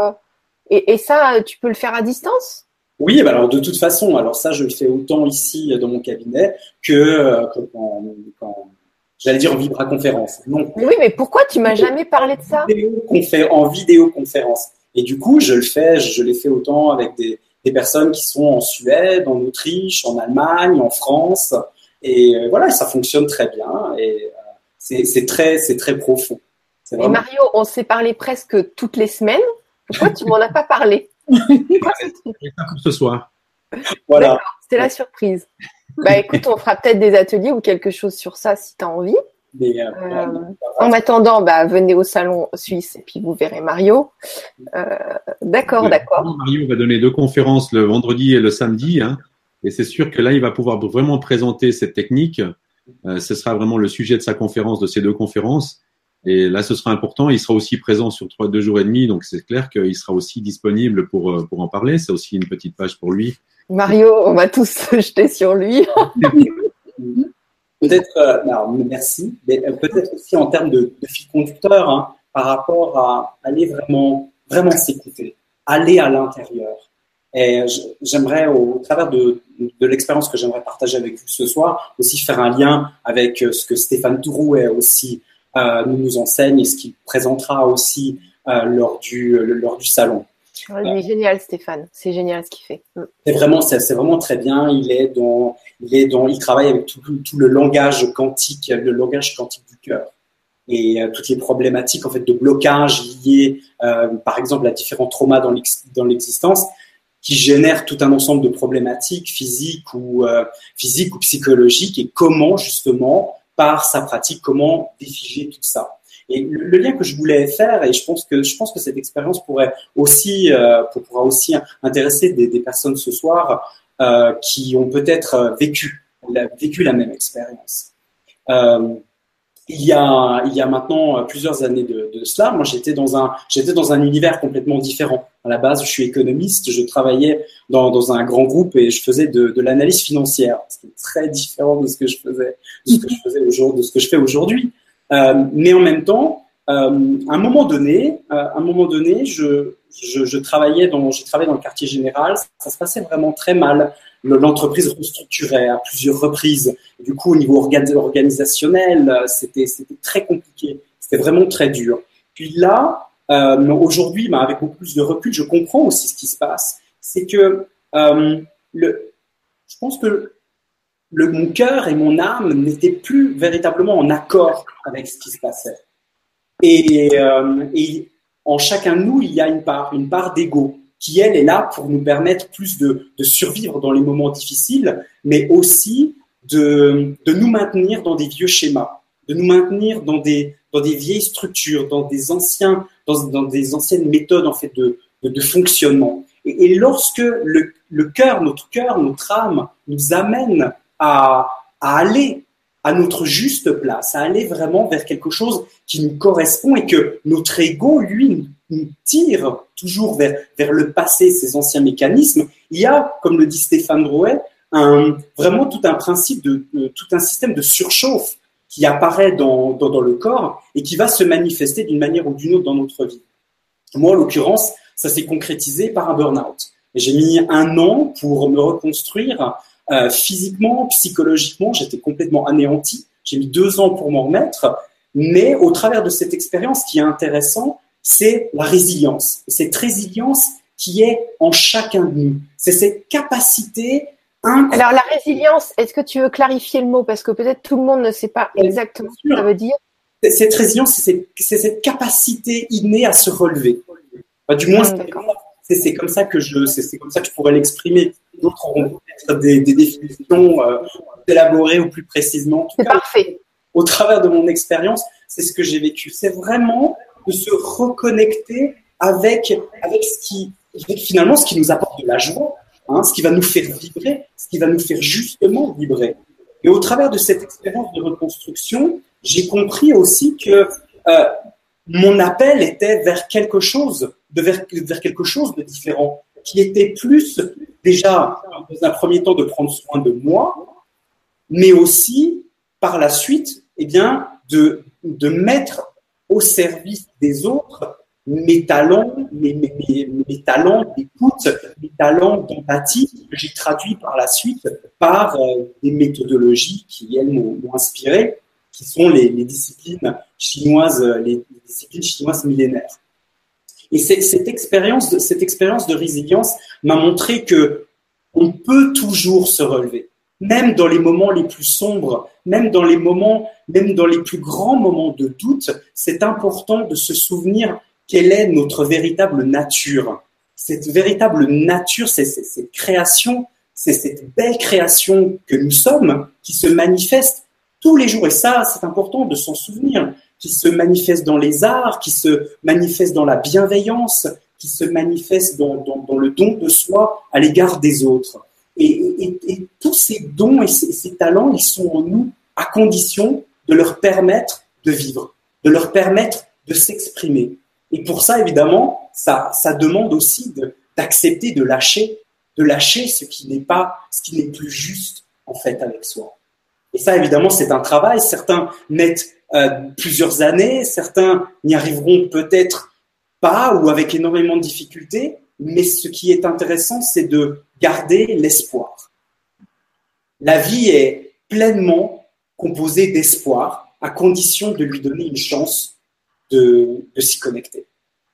ça, tu peux le faire à distance? Oui, alors de toute façon, alors ça, je le fais autant ici dans mon cabinet que quand j'allais dire en vibraconférence. Non. Mais oui, mais pourquoi tu m'as jamais parlé de ça? En vidéoconférence. Et du coup, je l'ai fait autant avec des personnes qui sont en Suède, en Autriche, en Allemagne, en France, et voilà, ça fonctionne très bien, et c'est très profond. Et Mario, on s'est parlé presque toutes les semaines. Pourquoi tu m'en as pas parlé? C'est ça pour ce soir. Voilà. C'était la surprise. Bah écoute, on fera peut-être des ateliers ou quelque chose sur ça si tu as envie. En attendant, venez au salon suisse et puis vous verrez Mario. D'accord. Mario va donner 2 conférences le vendredi et le samedi, et c'est sûr que là, il va pouvoir vraiment présenter cette technique. Ce sera vraiment le sujet de sa conférence, de ces 2 conférences. Et là, ce sera important. Il sera aussi présent sur 2 jours et demi, donc c'est clair qu'il sera aussi disponible pour en parler. C'est aussi une petite page pour lui. Mario, on va tous se jeter sur lui. Peut-être, merci, mais peut-être aussi en termes de fil conducteur, par rapport à aller vraiment s'écouter, aller à l'intérieur. Et j'aimerais, au travers de l'expérience que j'aimerais partager avec vous ce soir, aussi faire un lien avec ce que Stéphane Drouet aussi nous enseigne et ce qu'il présentera aussi lors du salon. Il est génial, Stéphane. C'est génial ce qu'il fait. C'est vraiment très bien. Il travaille avec tout le langage quantique du cœur, et toutes les problématiques en fait de blocage liées, par exemple, à différents traumas dans l'existence, qui génèrent tout un ensemble de problématiques physiques ou psychologiques, et comment justement par sa pratique, comment défiger tout ça. Et le lien que je voulais faire, et je pense que cette expérience pourra aussi intéresser des personnes ce soir, qui ont peut-être vécu la même expérience. Il y a maintenant plusieurs années de cela, moi j'étais dans un univers complètement différent. À la base, je suis économiste, je travaillais dans un grand groupe et je faisais de l'analyse financière, ce qui est très différent de ce que je fais aujourd'hui. Mais en même temps, à un moment donné, je travaillais dans le quartier général. Ça se passait vraiment très mal. L'entreprise restructurait à plusieurs reprises. Du coup, au niveau organisationnel, c'était très compliqué. C'était vraiment très dur. Puis là, aujourd'hui, avec beaucoup plus de recul, je comprends aussi ce qui se passe. C'est que je pense que mon cœur et mon âme n'étaient plus véritablement en accord avec ce qui se passait. Et en chacun de nous, il y a une part d'ego qui, elle, est là pour nous permettre plus de survivre dans les moments difficiles, mais aussi de nous maintenir dans des vieux schémas, de nous maintenir dans des vieilles structures, dans des anciennes méthodes en fait de fonctionnement. Et lorsque notre cœur, notre âme nous amène à aller à notre juste place, à aller vraiment vers quelque chose qui nous correspond et que notre ego, lui, nous tire toujours vers le passé, ces anciens mécanismes. Il y a, comme le dit Stéphane Drouet, vraiment tout un principe tout un système de surchauffe qui apparaît dans le corps et qui va se manifester d'une manière ou d'une autre dans notre vie. Moi, en l'occurrence, ça s'est concrétisé par un burn-out. Et j'ai mis 1 an pour me reconstruire physiquement, psychologiquement, j'étais complètement anéanti. J'ai mis 2 ans pour m'en remettre. Mais au travers de cette expérience, ce qui est intéressant, c'est la résilience. Et cette résilience qui est en chacun de nous. C'est cette capacité incroyable. Alors, la résilience, est-ce que tu veux clarifier le mot? Parce que peut-être tout le monde ne sait pas exactement ce que ça veut dire. Cette résilience, c'est cette capacité innée à se relever. Enfin, du moins, c'est comme ça que je pourrais l'exprimer. D'autres auront peut-être des définitions élaborées ou plus précisément. C'est parfait. Au travers de mon expérience, c'est ce que j'ai vécu. C'est vraiment de se reconnecter avec finalement ce qui nous apporte de la joie, ce qui va nous faire vibrer, ce qui va nous faire justement vibrer. Et au travers de cette expérience de reconstruction, j'ai compris aussi que mon appel était vers quelque chose de différent, qui était plus déjà, dans un premier temps, de prendre soin de moi, mais aussi, par la suite, de mettre au service des autres mes talents, mes talents d'écoute, mes talents d'empathie, que j'ai traduits par la suite par des méthodologies qui, elles, m'ont inspiré, qui sont les disciplines chinoises millénaires. Et cette expérience de résilience m'a montré que on peut toujours se relever, même dans les moments les plus sombres, même dans les plus grands moments de doute. C'est important de se souvenir quelle est notre véritable nature. Cette véritable nature, c'est cette création, c'est cette belle création que nous sommes, qui se manifeste tous les jours. Et ça, c'est important de s'en souvenir, qui se manifeste dans les arts, qui se manifeste dans la bienveillance, qui se manifeste dans le don de soi à l'égard des autres. Et tous ces dons et ces talents, ils sont en nous à condition de leur permettre de vivre, de leur permettre de s'exprimer. Et pour ça, évidemment, ça demande aussi d'accepter de lâcher ce qui n'est plus juste, en fait, avec soi. Et ça, évidemment, c'est un travail. Certains mettent plusieurs années, certains n'y arriveront peut-être pas ou avec énormément de difficultés, mais ce qui est intéressant, c'est de garder l'espoir. La vie est pleinement composée d'espoir, à condition de lui donner une chance de s'y connecter.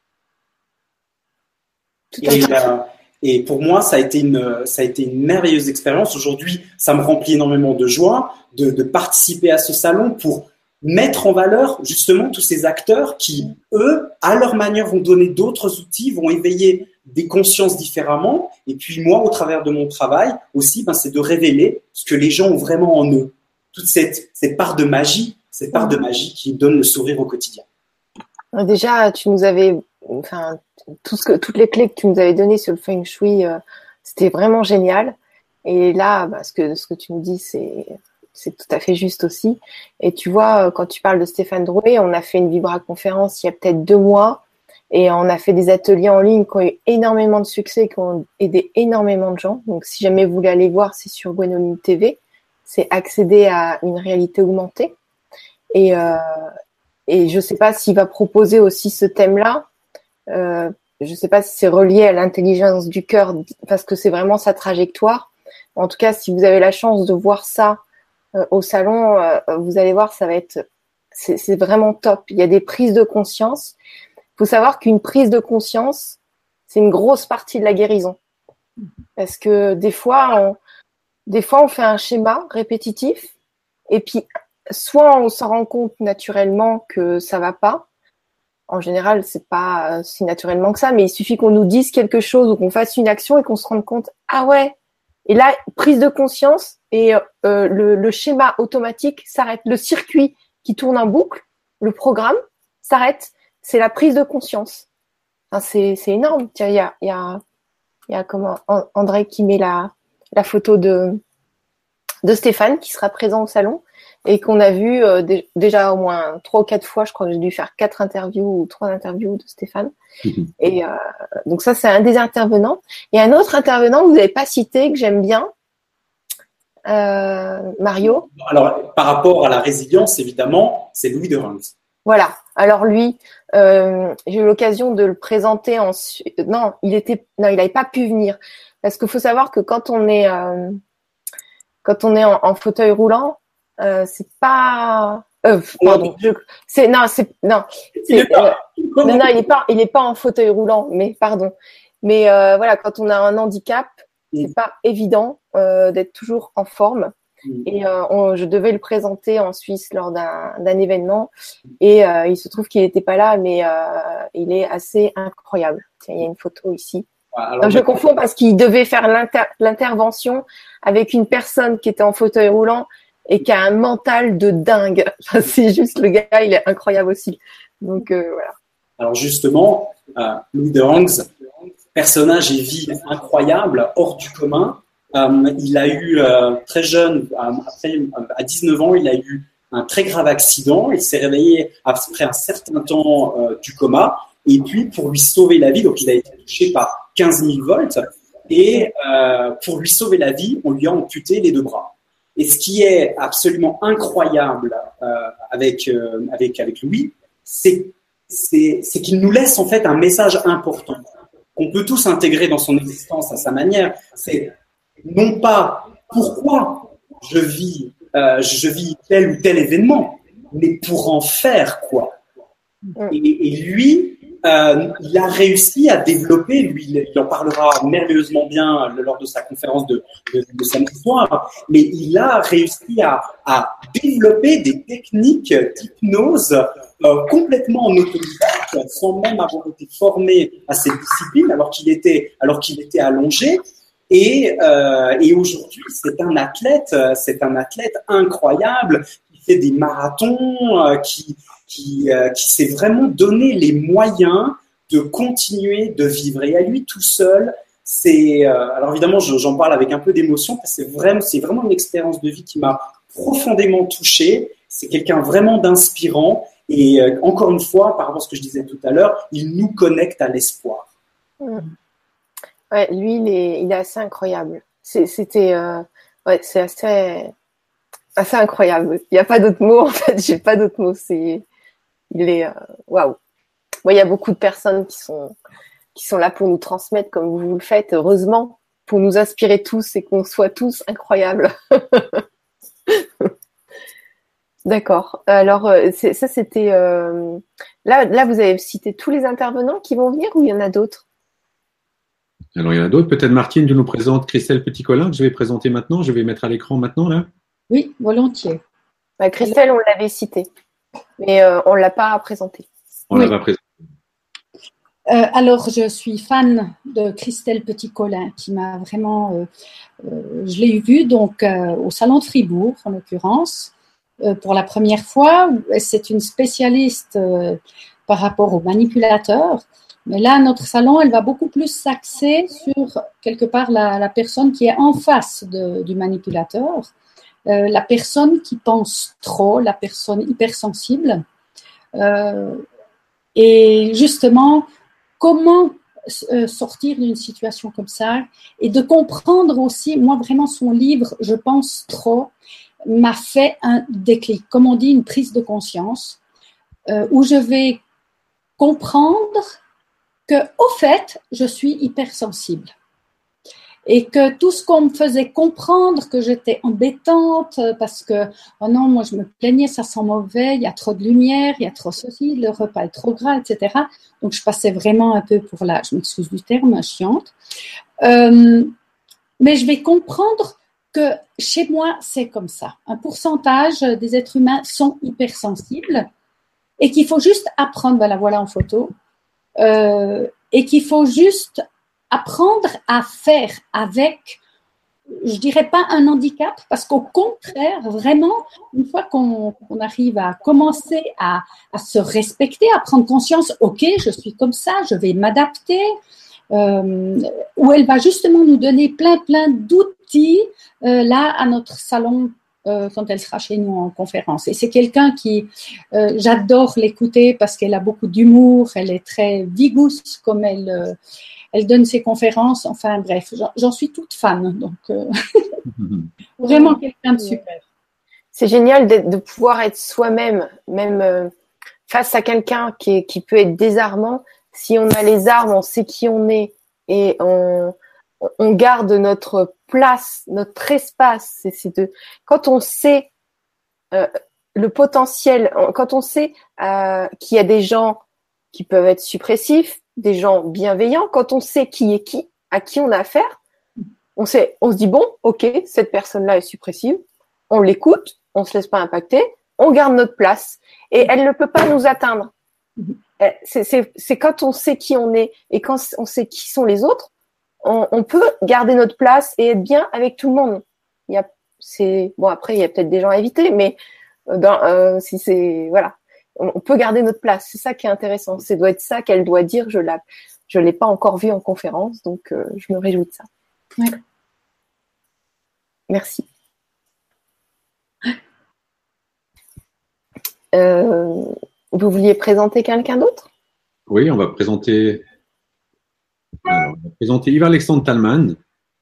Et pour moi, ça a été une merveilleuse expérience. Aujourd'hui, ça me remplit énormément de joie de participer à ce salon pour mettre en valeur justement tous ces acteurs qui, eux, à leur manière, vont donner d'autres outils, vont éveiller des consciences différemment. Et puis moi, au travers de mon travail aussi, c'est de révéler ce que les gens ont vraiment en eux. Toute cette part de magie, qui donne le sourire au quotidien. Déjà, tu nous avais, toutes les clés que tu nous avais données sur le Feng Shui, c'était vraiment génial. Et là, ce que tu nous dis, c'est tout à fait juste aussi. Et tu vois, quand tu parles de Stéphane Drouet, on a fait une vibra-conférence il y a peut-être 2 mois et on a fait des ateliers en ligne qui ont eu énormément de succès, qui ont aidé énormément de gens. Donc, si jamais vous voulez aller voir, c'est sur Gwenoline TV. C'est accéder à une réalité augmentée. Et je sais pas s'il va proposer aussi ce thème-là. Je sais pas si c'est relié à l'intelligence du cœur parce que c'est vraiment sa trajectoire. En tout cas, si vous avez la chance de voir ça au salon, vous allez voir, c'est vraiment top. Il y a des prises de conscience. Il faut savoir qu'une prise de conscience, c'est une grosse partie de la guérison. Parce que des fois, on fait un schéma répétitif et puis soit on s'en rend compte naturellement que ça va pas. En général, c'est pas si naturellement que ça, mais il suffit qu'on nous dise quelque chose ou qu'on fasse une action et qu'on se rende compte, ah ouais. Et là, prise de conscience et le schéma automatique s'arrête. Le circuit qui tourne en boucle, le programme s'arrête. C'est la prise de conscience. Enfin, c'est énorme. Tiens, il y a comment André qui met la photo de Stéphane qui sera présent au salon et qu'on a vu déjà au moins 3 ou 4 fois. Je crois que j'ai dû faire 4 interviews ou 3 interviews de Stéphane. Et donc ça, c'est un des intervenants. Il y a un autre intervenant que vous n'avez pas cité, que j'aime bien, Mario. Alors, par rapport à la résilience, évidemment, c'est Louis de Reims. Voilà. Alors lui, j'ai eu l'occasion de le présenter Non, il n'avait pas pu venir parce qu'il faut savoir que quand on est en fauteuil roulant, c'est pas. Pardon. Il est pas en fauteuil roulant, mais pardon. Mais voilà, quand on a un handicap, c'est pas évident d'être toujours en forme. Et je devais le présenter en Suisse lors d'un événement et il se trouve qu'il n'était pas là, mais il est assez incroyable. Tiens, il y a une photo ici. Alors, je confonds parce qu'il devait faire l'intervention avec une personne qui était en fauteuil roulant et qui a un mental de dingue. Enfin, c'est juste, le gars, il est incroyable aussi. Donc voilà. Alors justement, Louis de Reims, personnage et vie incroyable, hors du commun. Il a eu très jeune, à 19 ans, il a eu un très grave accident. Il s'est réveillé après un certain temps du coma. Et puis, pour lui sauver la vie, donc il a été touché par 15 000 volts. Et pour lui sauver la vie, on lui a amputé les 2 bras. Et ce qui est absolument incroyable avec Louis, c'est qu'il nous laisse en fait un message important qu'on peut tous intégrer dans son existence à sa manière. C'est non pas pourquoi je vis tel ou tel événement, mais pour en faire quoi. Et lui, il a réussi à développer, lui, il en parlera merveilleusement bien lors de sa conférence de samedi soir, mais il a réussi à développer des techniques d'hypnose complètement en autodidacte, sans même avoir été formé à cette discipline, alors qu'il était allongé. Et aujourd'hui, c'est un athlète incroyable qui fait des marathons, qui s'est vraiment donné les moyens de continuer de vivre. Et à lui tout seul, alors évidemment, j'en parle avec un peu d'émotion parce que c'est vraiment une expérience de vie qui m'a profondément touché. C'est quelqu'un vraiment d'inspirant. Et encore une fois, par rapport à ce que je disais tout à l'heure, il nous connecte à l'espoir. Ouais, lui, il est assez incroyable. C'est assez incroyable. Il n'y a pas d'autres mots, en fait. J'ai pas d'autres mots. Il est, waouh. Moi, il y a beaucoup de personnes qui sont là pour nous transmettre comme vous le faites, heureusement, pour nous inspirer tous et qu'on soit tous incroyables. D'accord. Alors, ça, c'était, là, vous avez cité tous les intervenants qui vont venir ou il y en a d'autres? Alors, il y en a d'autres. Peut-être Martine, tu nous présentes Christelle Petit-Colin, que je vais présenter maintenant. Je vais mettre à l'écran maintenant, là. Oui, volontiers. Christelle, on l'avait citée, mais on ne l'a pas présentée. On l'a pas présentée. Alors, je suis fan de Christelle Petit-Colin, qui m'a vraiment… je l'ai vue donc, au Salon de Fribourg, en l'occurrence, pour la première fois. C'est une spécialiste par rapport aux manipulateurs. Mais là, notre salon, elle va beaucoup plus s'axer sur, quelque part, la personne qui est en face du manipulateur, la personne qui pense trop, la personne hypersensible. Et justement, comment sortir d'une situation comme ça et de comprendre aussi, moi vraiment son livre, Je pense trop, m'a fait un déclic, comme on dit, une prise de conscience, où je vais comprendre que, au fait, je suis hypersensible. Et que tout ce qu'on me faisait comprendre, que j'étais embêtante parce que, oh non, moi je me plaignais, ça sent mauvais, il y a trop de lumière, il y a trop ceci, le repas est trop gras, etc. Donc je passais vraiment un peu pour la, je m'excuse du terme, chiante. Mais je vais comprendre que chez moi, c'est comme ça. Un pourcentage des êtres humains sont hypersensibles et qu'il faut juste apprendre, ben la voilà en photo, et qu'il faut juste apprendre à faire avec, je dirais pas un handicap, parce qu'au contraire, vraiment, une fois qu'on arrive à commencer à se respecter, à prendre conscience, ok, je suis comme ça, je vais m'adapter, où elle va justement nous donner plein d'outils là à notre salon quand elle sera chez nous en conférence. Et c'est quelqu'un qui, j'adore l'écouter parce qu'elle a beaucoup d'humour, elle est très vigousse comme elle donne ses conférences, enfin bref, j'en suis toute fan, donc vraiment quelqu'un de super. C'est génial de pouvoir être soi-même, même face à quelqu'un qui peut être désarmant. Si on a les armes, on sait qui on est et on garde notre place, notre espace. Quand on sait le potentiel, quand on sait qu'il y a des gens qui peuvent être suppressifs, des gens bienveillants, quand on sait qui est qui, à qui on a affaire, on se dit bon, ok, cette personne-là est suppressive, on l'écoute, on se laisse pas impacter, on garde notre place et elle ne peut pas nous atteindre. C'est quand on sait qui on est et quand on sait qui sont les autres, on peut garder notre place et être bien avec tout le monde. Bon, après il y a peut-être des gens à éviter, mais si c'est voilà. On peut garder notre place. C'est ça qui est intéressant. C'est doit être ça qu'elle doit dire. Je l'ai pas encore vu en conférence, donc je me réjouis de ça. Ouais. Merci. Vous vouliez présenter quelqu'un d'autre? Oui, on va présenter Yves-Alexandre Talman.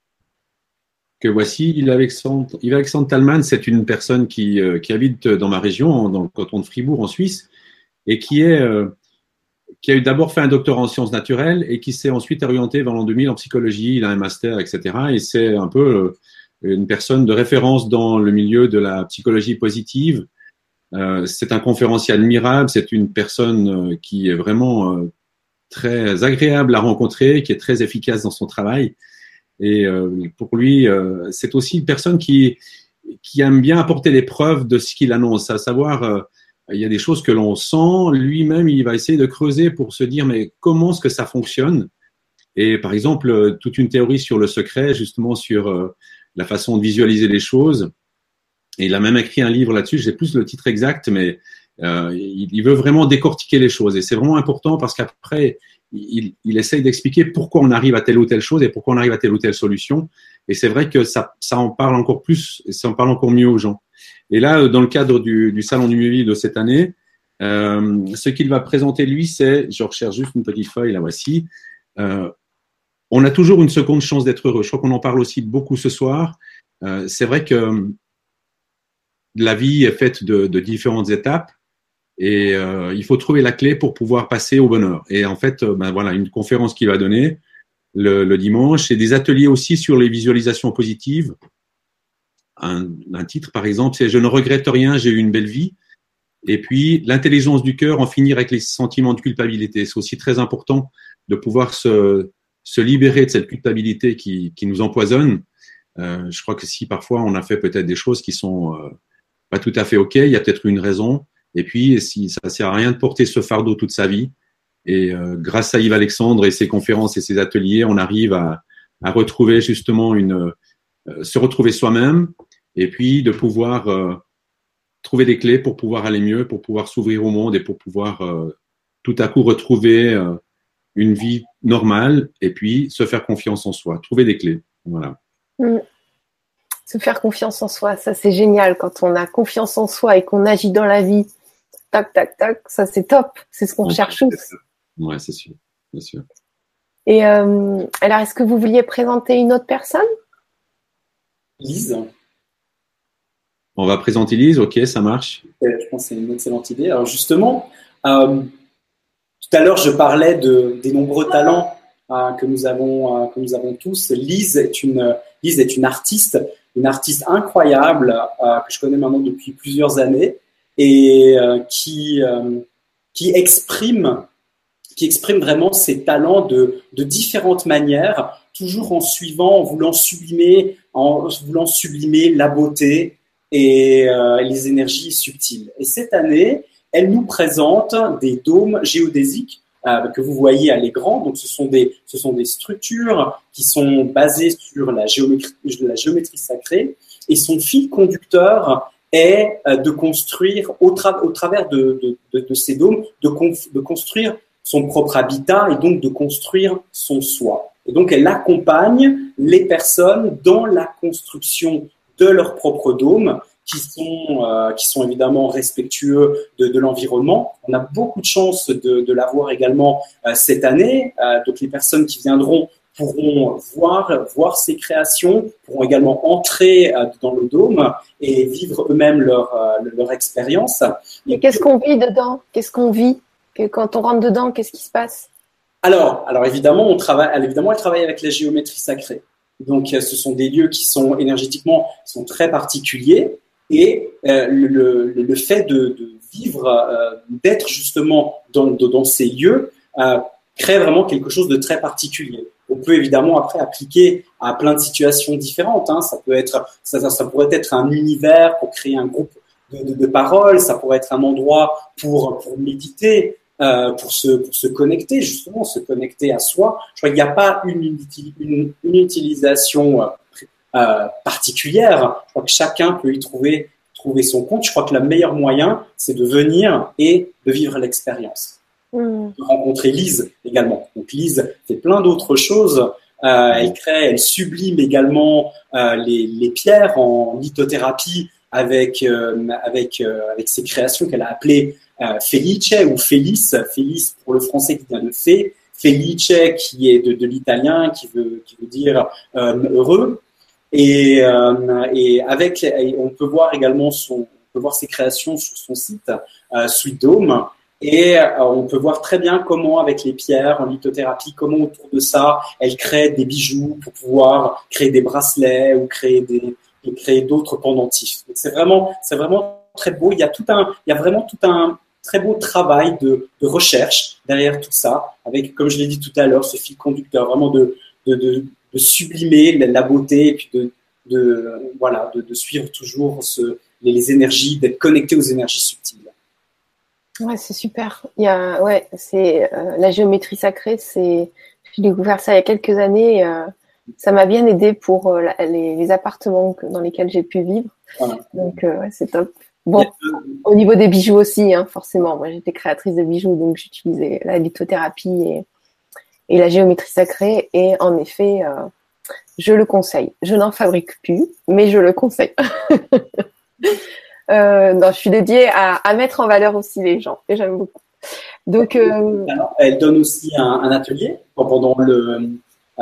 Que voici, Yves-Alexandre Talman, c'est une personne qui habite dans ma région, dans le canton de Fribourg, en Suisse, et qui a eu d'abord fait un doctorat en sciences naturelles et qui s'est ensuite orienté vers l'an 2000 en psychologie. Il a un master, etc. Et c'est un peu une personne de référence dans le milieu de la psychologie positive. C'est un conférencier admirable. C'est une personne qui est vraiment très agréable à rencontrer, qui est très efficace dans son travail. Et pour lui, c'est aussi une personne qui aime bien apporter les preuves de ce qu'il annonce, à savoir, il y a des choses que l'on sent, lui-même, il va essayer de creuser pour se dire, mais comment est-ce que ça fonctionne? Et par exemple, toute une théorie sur le secret, justement sur la façon de visualiser les choses. Et il a même écrit un livre là-dessus, je sais plus le titre exact, mais il veut vraiment décortiquer les choses. Et c'est vraiment important parce qu'après, il essaye d'expliquer pourquoi on arrive à telle ou telle chose et pourquoi on arrive à telle ou telle solution. Et c'est vrai que ça en parle encore plus et ça en parle encore mieux aux gens. Et là, dans le cadre du Salon du Mieux Vivre de cette année, ce qu'il va présenter, lui, c'est, je recherche juste une petite feuille, la voici, on a toujours une seconde chance d'être heureux. Je crois qu'on en parle aussi beaucoup ce soir. C'est vrai que la vie est faite de différentes étapes. Et il faut trouver la clé pour pouvoir passer au bonheur. Et en fait, voilà, une conférence qu'il va donner le dimanche, et des ateliers aussi sur les visualisations positives. Un titre, par exemple, c'est « Je ne regrette rien, j'ai eu une belle vie ». Et puis, l'intelligence du cœur, en finir avec les sentiments de culpabilité. C'est aussi très important de pouvoir se libérer de cette culpabilité qui nous empoisonne. Je crois que si parfois on a fait peut-être des choses qui sont pas tout à fait OK, il y a peut-être une raison. Et puis, si ça sert à rien de porter ce fardeau toute sa vie, et grâce à Yves-Alexandre et ses conférences et ses ateliers, on arrive à retrouver justement se retrouver soi-même, et puis de pouvoir trouver des clés pour pouvoir aller mieux, pour pouvoir s'ouvrir au monde et pour pouvoir tout à coup retrouver une vie normale et puis se faire confiance en soi, trouver des clés. Voilà. Se faire confiance en soi, ça c'est génial. Quand on a confiance en soi et qu'on agit dans la vie, tac, tac, tac, ça c'est top. C'est ce qu'on cherche tous. Ouais, c'est sûr, bien sûr. Et alors, est-ce que vous vouliez présenter une autre personne? Lise. On va présenter Lise, ok, ça marche. Je pense que c'est une excellente idée. Alors justement, tout à l'heure, je parlais des nombreux talents que nous avons tous. Lise est une artiste incroyable que je connais maintenant depuis plusieurs années et qui exprime vraiment ses talents de différentes manières, toujours en voulant sublimer la beauté et les énergies subtiles. Et cette année, elle nous présente des dômes géodésiques que vous voyez à l'écran. Donc, ce sont des structures qui sont basées sur la géométrie sacrée. Et son fil conducteur est de construire, au travers de ces dômes, de construire son propre habitat et donc de construire son soi. Et donc, elle accompagne les personnes dans la construction de leur propre dôme, qui sont évidemment respectueux de l'environnement. On a beaucoup de chance de l'avoir également cette année. Donc les personnes qui viendront pourront voir ces créations, pourront également entrer dans le dôme et vivre eux-mêmes leur expérience. Et qu'est-ce qu'on vit dedans? Qu'est-ce qu'on vit? Quand on rentre dedans, qu'est-ce qui se passe? Alors évidemment, elle travaille avec la géométrie sacrée. Donc, ce sont des lieux qui sont énergétiquement très particuliers et le fait de vivre, d'être justement dans ces lieux crée vraiment quelque chose de très particulier. On peut évidemment après appliquer à plein de situations différentes. Hein. Ça pourrait être un univers pour créer un groupe de paroles. Ça pourrait être un endroit pour méditer. Pour se connecter, justement, se connecter à soi. Je crois qu'il n'y a pas une utilisation particulière. Je crois que chacun peut y trouver son compte. Je crois que le meilleur moyen, c'est de venir et de vivre l'expérience. De rencontrer Lise également. Donc Lise fait plein d'autres choses. Elle sublime également les pierres en lithothérapie avec ses créations qu'elle a appelées Felice ou Felice pour le français qui vient de fée, Felice qui est de l'italien qui veut dire heureux et on peut voir également ses créations sur son site Sweet Dome et on peut voir très bien comment avec les pierres en lithothérapie, comment autour de ça elle crée des bijoux pour pouvoir créer des bracelets ou créer d'autres pendentifs. Donc c'est vraiment très beau. Il y a vraiment tout un très beau travail de recherche derrière tout ça, avec, comme je l'ai dit tout à l'heure, ce fil conducteur, vraiment de sublimer la beauté et puis de suivre toujours les énergies, d'être connecté aux énergies subtiles. Ouais, c'est super. C'est la géométrie sacrée. J'ai découvert ça il y a quelques années. Ça m'a bien aidé pour les appartements dans lesquels j'ai pu vivre. Voilà. Donc, c'est top. Bon, au niveau des bijoux aussi, hein, forcément. Moi, j'étais créatrice de bijoux, donc j'utilisais la lithothérapie et la géométrie sacrée. Et en effet, je le conseille. Je n'en fabrique plus, mais je le conseille. Je suis dédiée à mettre en valeur aussi les gens, et j'aime beaucoup. Donc, elle donne aussi un atelier pendant le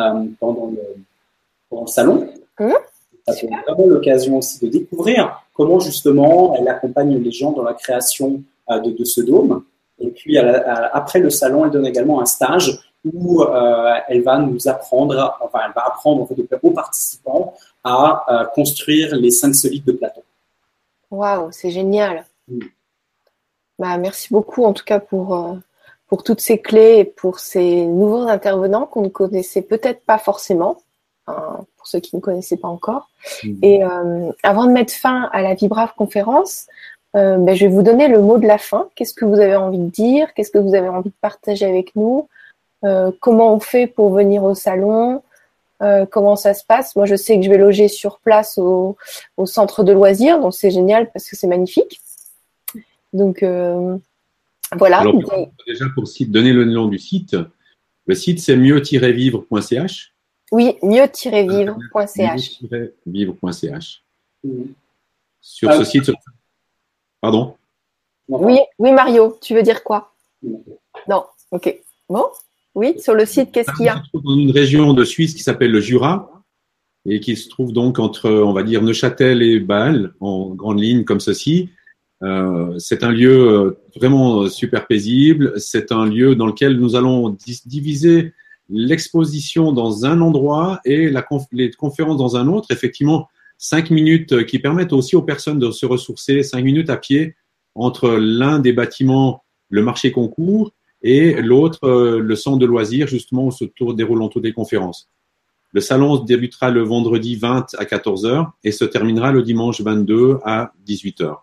salon. C'est vraiment l'occasion aussi de découvrir comment justement elle accompagne les gens dans la création de ce dôme. Et puis après le salon, elle donne également un stage où elle va apprendre en fait, aux participants à construire les 5 solides de Platon. Waouh, c'est génial. Bah, merci beaucoup en tout cas pour toutes ces clés et pour ces nouveaux intervenants qu'on ne connaissait peut-être pas forcément. Pour ceux qui ne connaissaient pas encore. Et avant de mettre fin à la Vibrave conférence, je vais vous donner le mot de la fin. Qu'est-ce que vous avez envie de dire? Qu'est-ce que vous avez envie de partager avec nous? Comment on fait pour venir au salon? Comment ça se passe? Moi, je sais que je vais loger sur place au centre de loisirs, donc c'est génial parce que c'est magnifique. Donc, voilà. Alors, déjà, pour donner le nom du site, Le site, c'est mieux-vivre.ch. Oui, mieux-vivre.ch. Mieux-vivre.ch. Mhm. Sur ce site, pardon. Oui, Mario, tu veux dire quoi? Non. Non, ok. Bon, oui, sur le site, qu'est-ce qu'il y On a? se trouve dans une région de Suisse qui s'appelle le Jura et qui se trouve donc entre, on va dire, Neuchâtel et Bâle, en grande ligne comme ceci. C'est un lieu vraiment super paisible. C'est un lieu dans lequel nous allons diviser l'exposition dans un endroit et les conférences dans un autre. Effectivement, 5 minutes qui permettent aussi aux personnes de se ressourcer, 5 minutes à pied entre l'un des bâtiments, le marché concours, et l'autre, le centre de loisirs, justement, où se déroulent toutes les conférences. Le salon débutera le vendredi 20 à 14 heures et se terminera le dimanche 22 à 18 heures.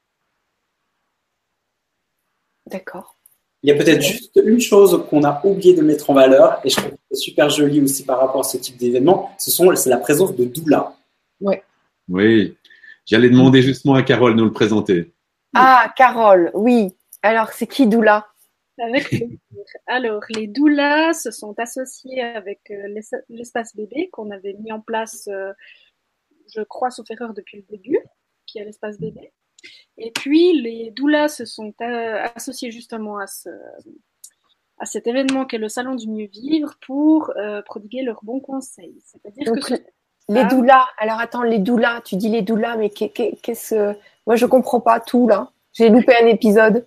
D'accord. Il y a peut-être juste une chose qu'on a oublié de mettre en valeur, et je trouve que c'est super joli aussi par rapport à ce type d'événement, c'est la présence de doula. Oui, j'allais demander justement à Carole de nous le présenter. Ah, Carole, oui. Alors, c'est qui Doula? Avec plaisir. Alors, les doulas se sont associés avec l'espace bébé qu'on avait mis en place, je crois, sauf erreur, depuis le début, qui est l'espace bébé. Et puis, les doulas se sont associés justement à cet événement qu'est le Salon du Mieux Vivre pour prodiguer leurs bons conseils. C'est-à-dire Donc, que les doulas. Alors, attends, les doulas. Tu dis les doulas, mais qu'est-ce... Moi, je comprends pas tout, là. J'ai loupé un épisode.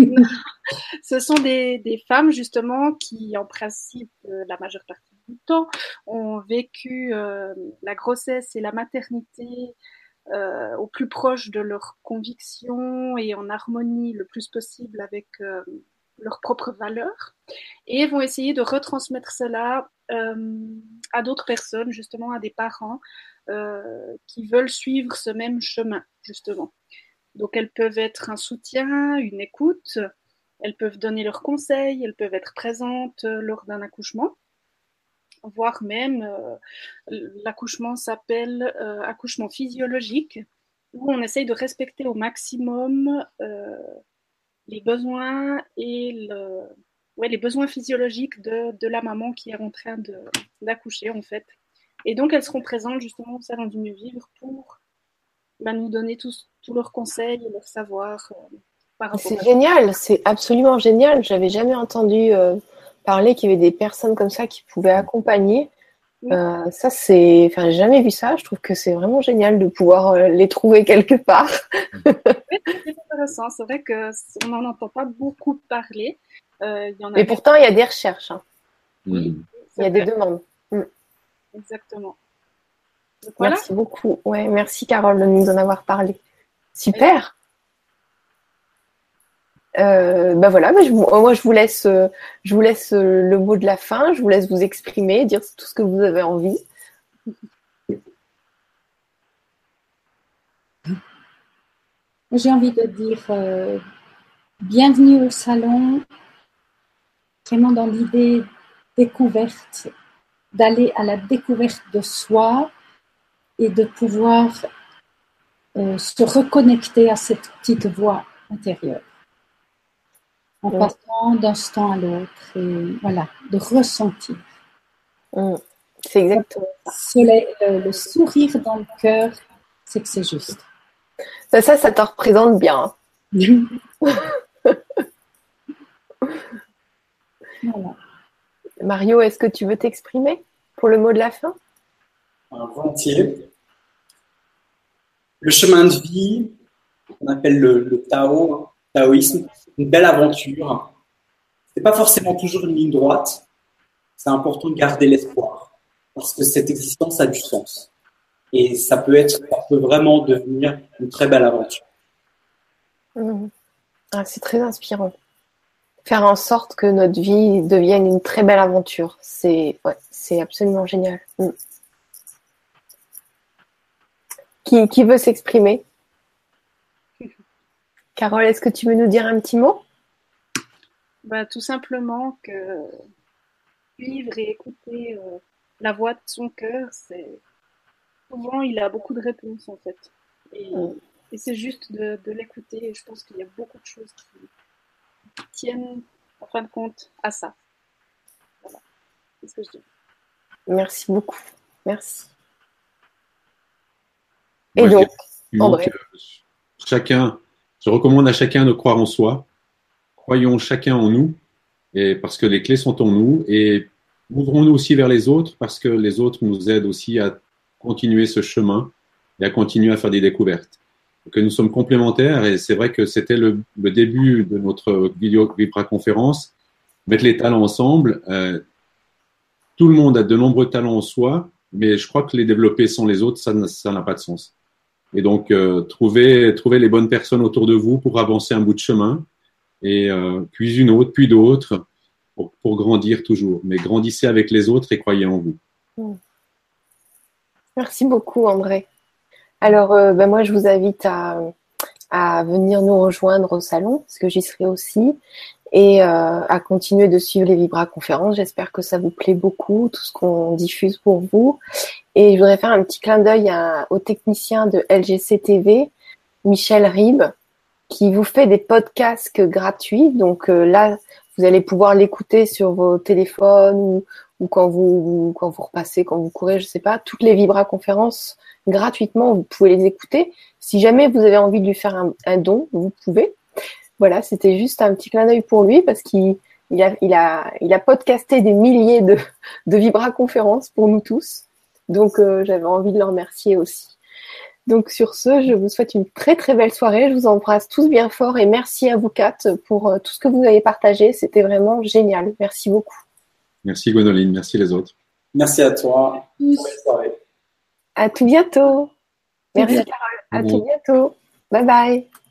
ce sont des femmes justement qui, en principe, la majeure partie du temps, ont vécu la grossesse et la maternité au plus proche de leurs convictions et en harmonie le plus possible avec leurs propres valeurs, et vont essayer de retransmettre cela à d'autres personnes, justement à des parents qui veulent suivre ce même chemin, justement. Donc elles peuvent être un soutien, une écoute, elles peuvent donner leurs conseils, elles peuvent être présentes lors d'un accouchement, voire même l'accouchement s'appelle accouchement physiologique, où on essaye de respecter au maximum les besoins et les besoins physiologiques de la maman qui est en train d'accoucher en fait. Et donc elles seront présentes justement au Salon du Mieux Vivre pour nous donner tous leurs conseils et leur savoir par rapport C'est génial, c'est absolument génial. J'avais jamais entendu parler qu'il y avait des personnes comme ça qui pouvaient accompagner. Oui. Ça, j'ai jamais vu ça. Je trouve que c'est vraiment génial de pouvoir les trouver quelque part. C'est intéressant. C'est vrai qu'on n'en entend pas beaucoup parler. Et pourtant, il y a des recherches. Hein. Oui, il y a des demandes. Exactement. Donc, voilà. Merci beaucoup. Ouais, merci Carole de nous en avoir parlé. Super. Voilà, moi je vous laisse le mot de la fin, je vous laisse vous exprimer, dire tout ce que vous avez envie. J'ai envie de dire bienvenue au salon, vraiment dans l'idée découverte, d'aller à la découverte de soi et de pouvoir se reconnecter à cette petite voix intérieure. En passant d'un instant à l'autre, et voilà, de ressentir. C'est exactement ça. Le sourire dans le cœur, c'est que c'est juste. Ça te représente bien. Voilà. Mario, est-ce que tu veux t'exprimer pour le mot de la fin? Volontiers. Le chemin de vie, qu'on appelle le taoïsme, une belle aventure. C'est pas forcément toujours une ligne droite. C'est important de garder l'espoir parce que cette existence a du sens. Et ça peut vraiment devenir une très belle aventure. C'est très inspirant. Faire en sorte que notre vie devienne une très belle aventure. C'est absolument génial. Qui veut s'exprimer? Carole, est-ce que tu veux nous dire un petit mot? Tout simplement que vivre et écouter la voix de son cœur, souvent il a beaucoup de réponses en fait. Et c'est juste de l'écouter, et je pense qu'il y a beaucoup de choses qui tiennent en fin de compte à ça. Voilà. C'est ce que je dis. Merci beaucoup. Merci. Moi, Et je donc, dirais André. Je recommande à chacun de croire en soi. Croyons chacun en nous, et parce que les clés sont en nous, et ouvrons-nous aussi vers les autres, parce que les autres nous aident aussi à continuer ce chemin et à continuer à faire des découvertes. Que nous sommes complémentaires, et c'est vrai que c'était le début de notre vidéo Vibra conférence, mettre les talents ensemble. Tout le monde a de nombreux talents en soi, mais je crois que les développer sans les autres, ça n'a pas de sens. Et donc, trouver les bonnes personnes autour de vous pour avancer un bout de chemin, et puis une autre, puis d'autres, pour grandir toujours. Mais grandissez avec les autres et croyez en vous. Merci beaucoup, André. Alors, moi, je vous invite à venir nous rejoindre au salon, parce que j'y serai aussi, et à continuer de suivre les Vibra conférences. J'espère que ça vous plaît beaucoup, tout ce qu'on diffuse pour vous. Et je voudrais faire un petit clin d'œil au technicien de LGC TV, Michel Ribes, qui vous fait des podcasts gratuits. Donc là, vous allez pouvoir l'écouter sur vos téléphones ou quand vous repassez, quand vous courez, je sais pas. Toutes les Vibra conférences gratuitement, vous pouvez les écouter. Si jamais vous avez envie de lui faire un don, vous pouvez. Voilà, c'était juste un petit clin d'œil pour lui parce qu'il a podcasté des milliers de Vibra conférences pour nous tous. Donc j'avais envie de le remercier aussi. Donc sur ce, je vous souhaite une très très belle soirée. Je vous embrasse tous bien fort et merci à vous quatre pour tout ce que vous avez partagé. C'était vraiment génial. Merci beaucoup. Merci Gwendoline, merci les autres. Merci à toi. Bonne soirée. À tout bientôt. Merci Carole. À tout bientôt. Bye bye.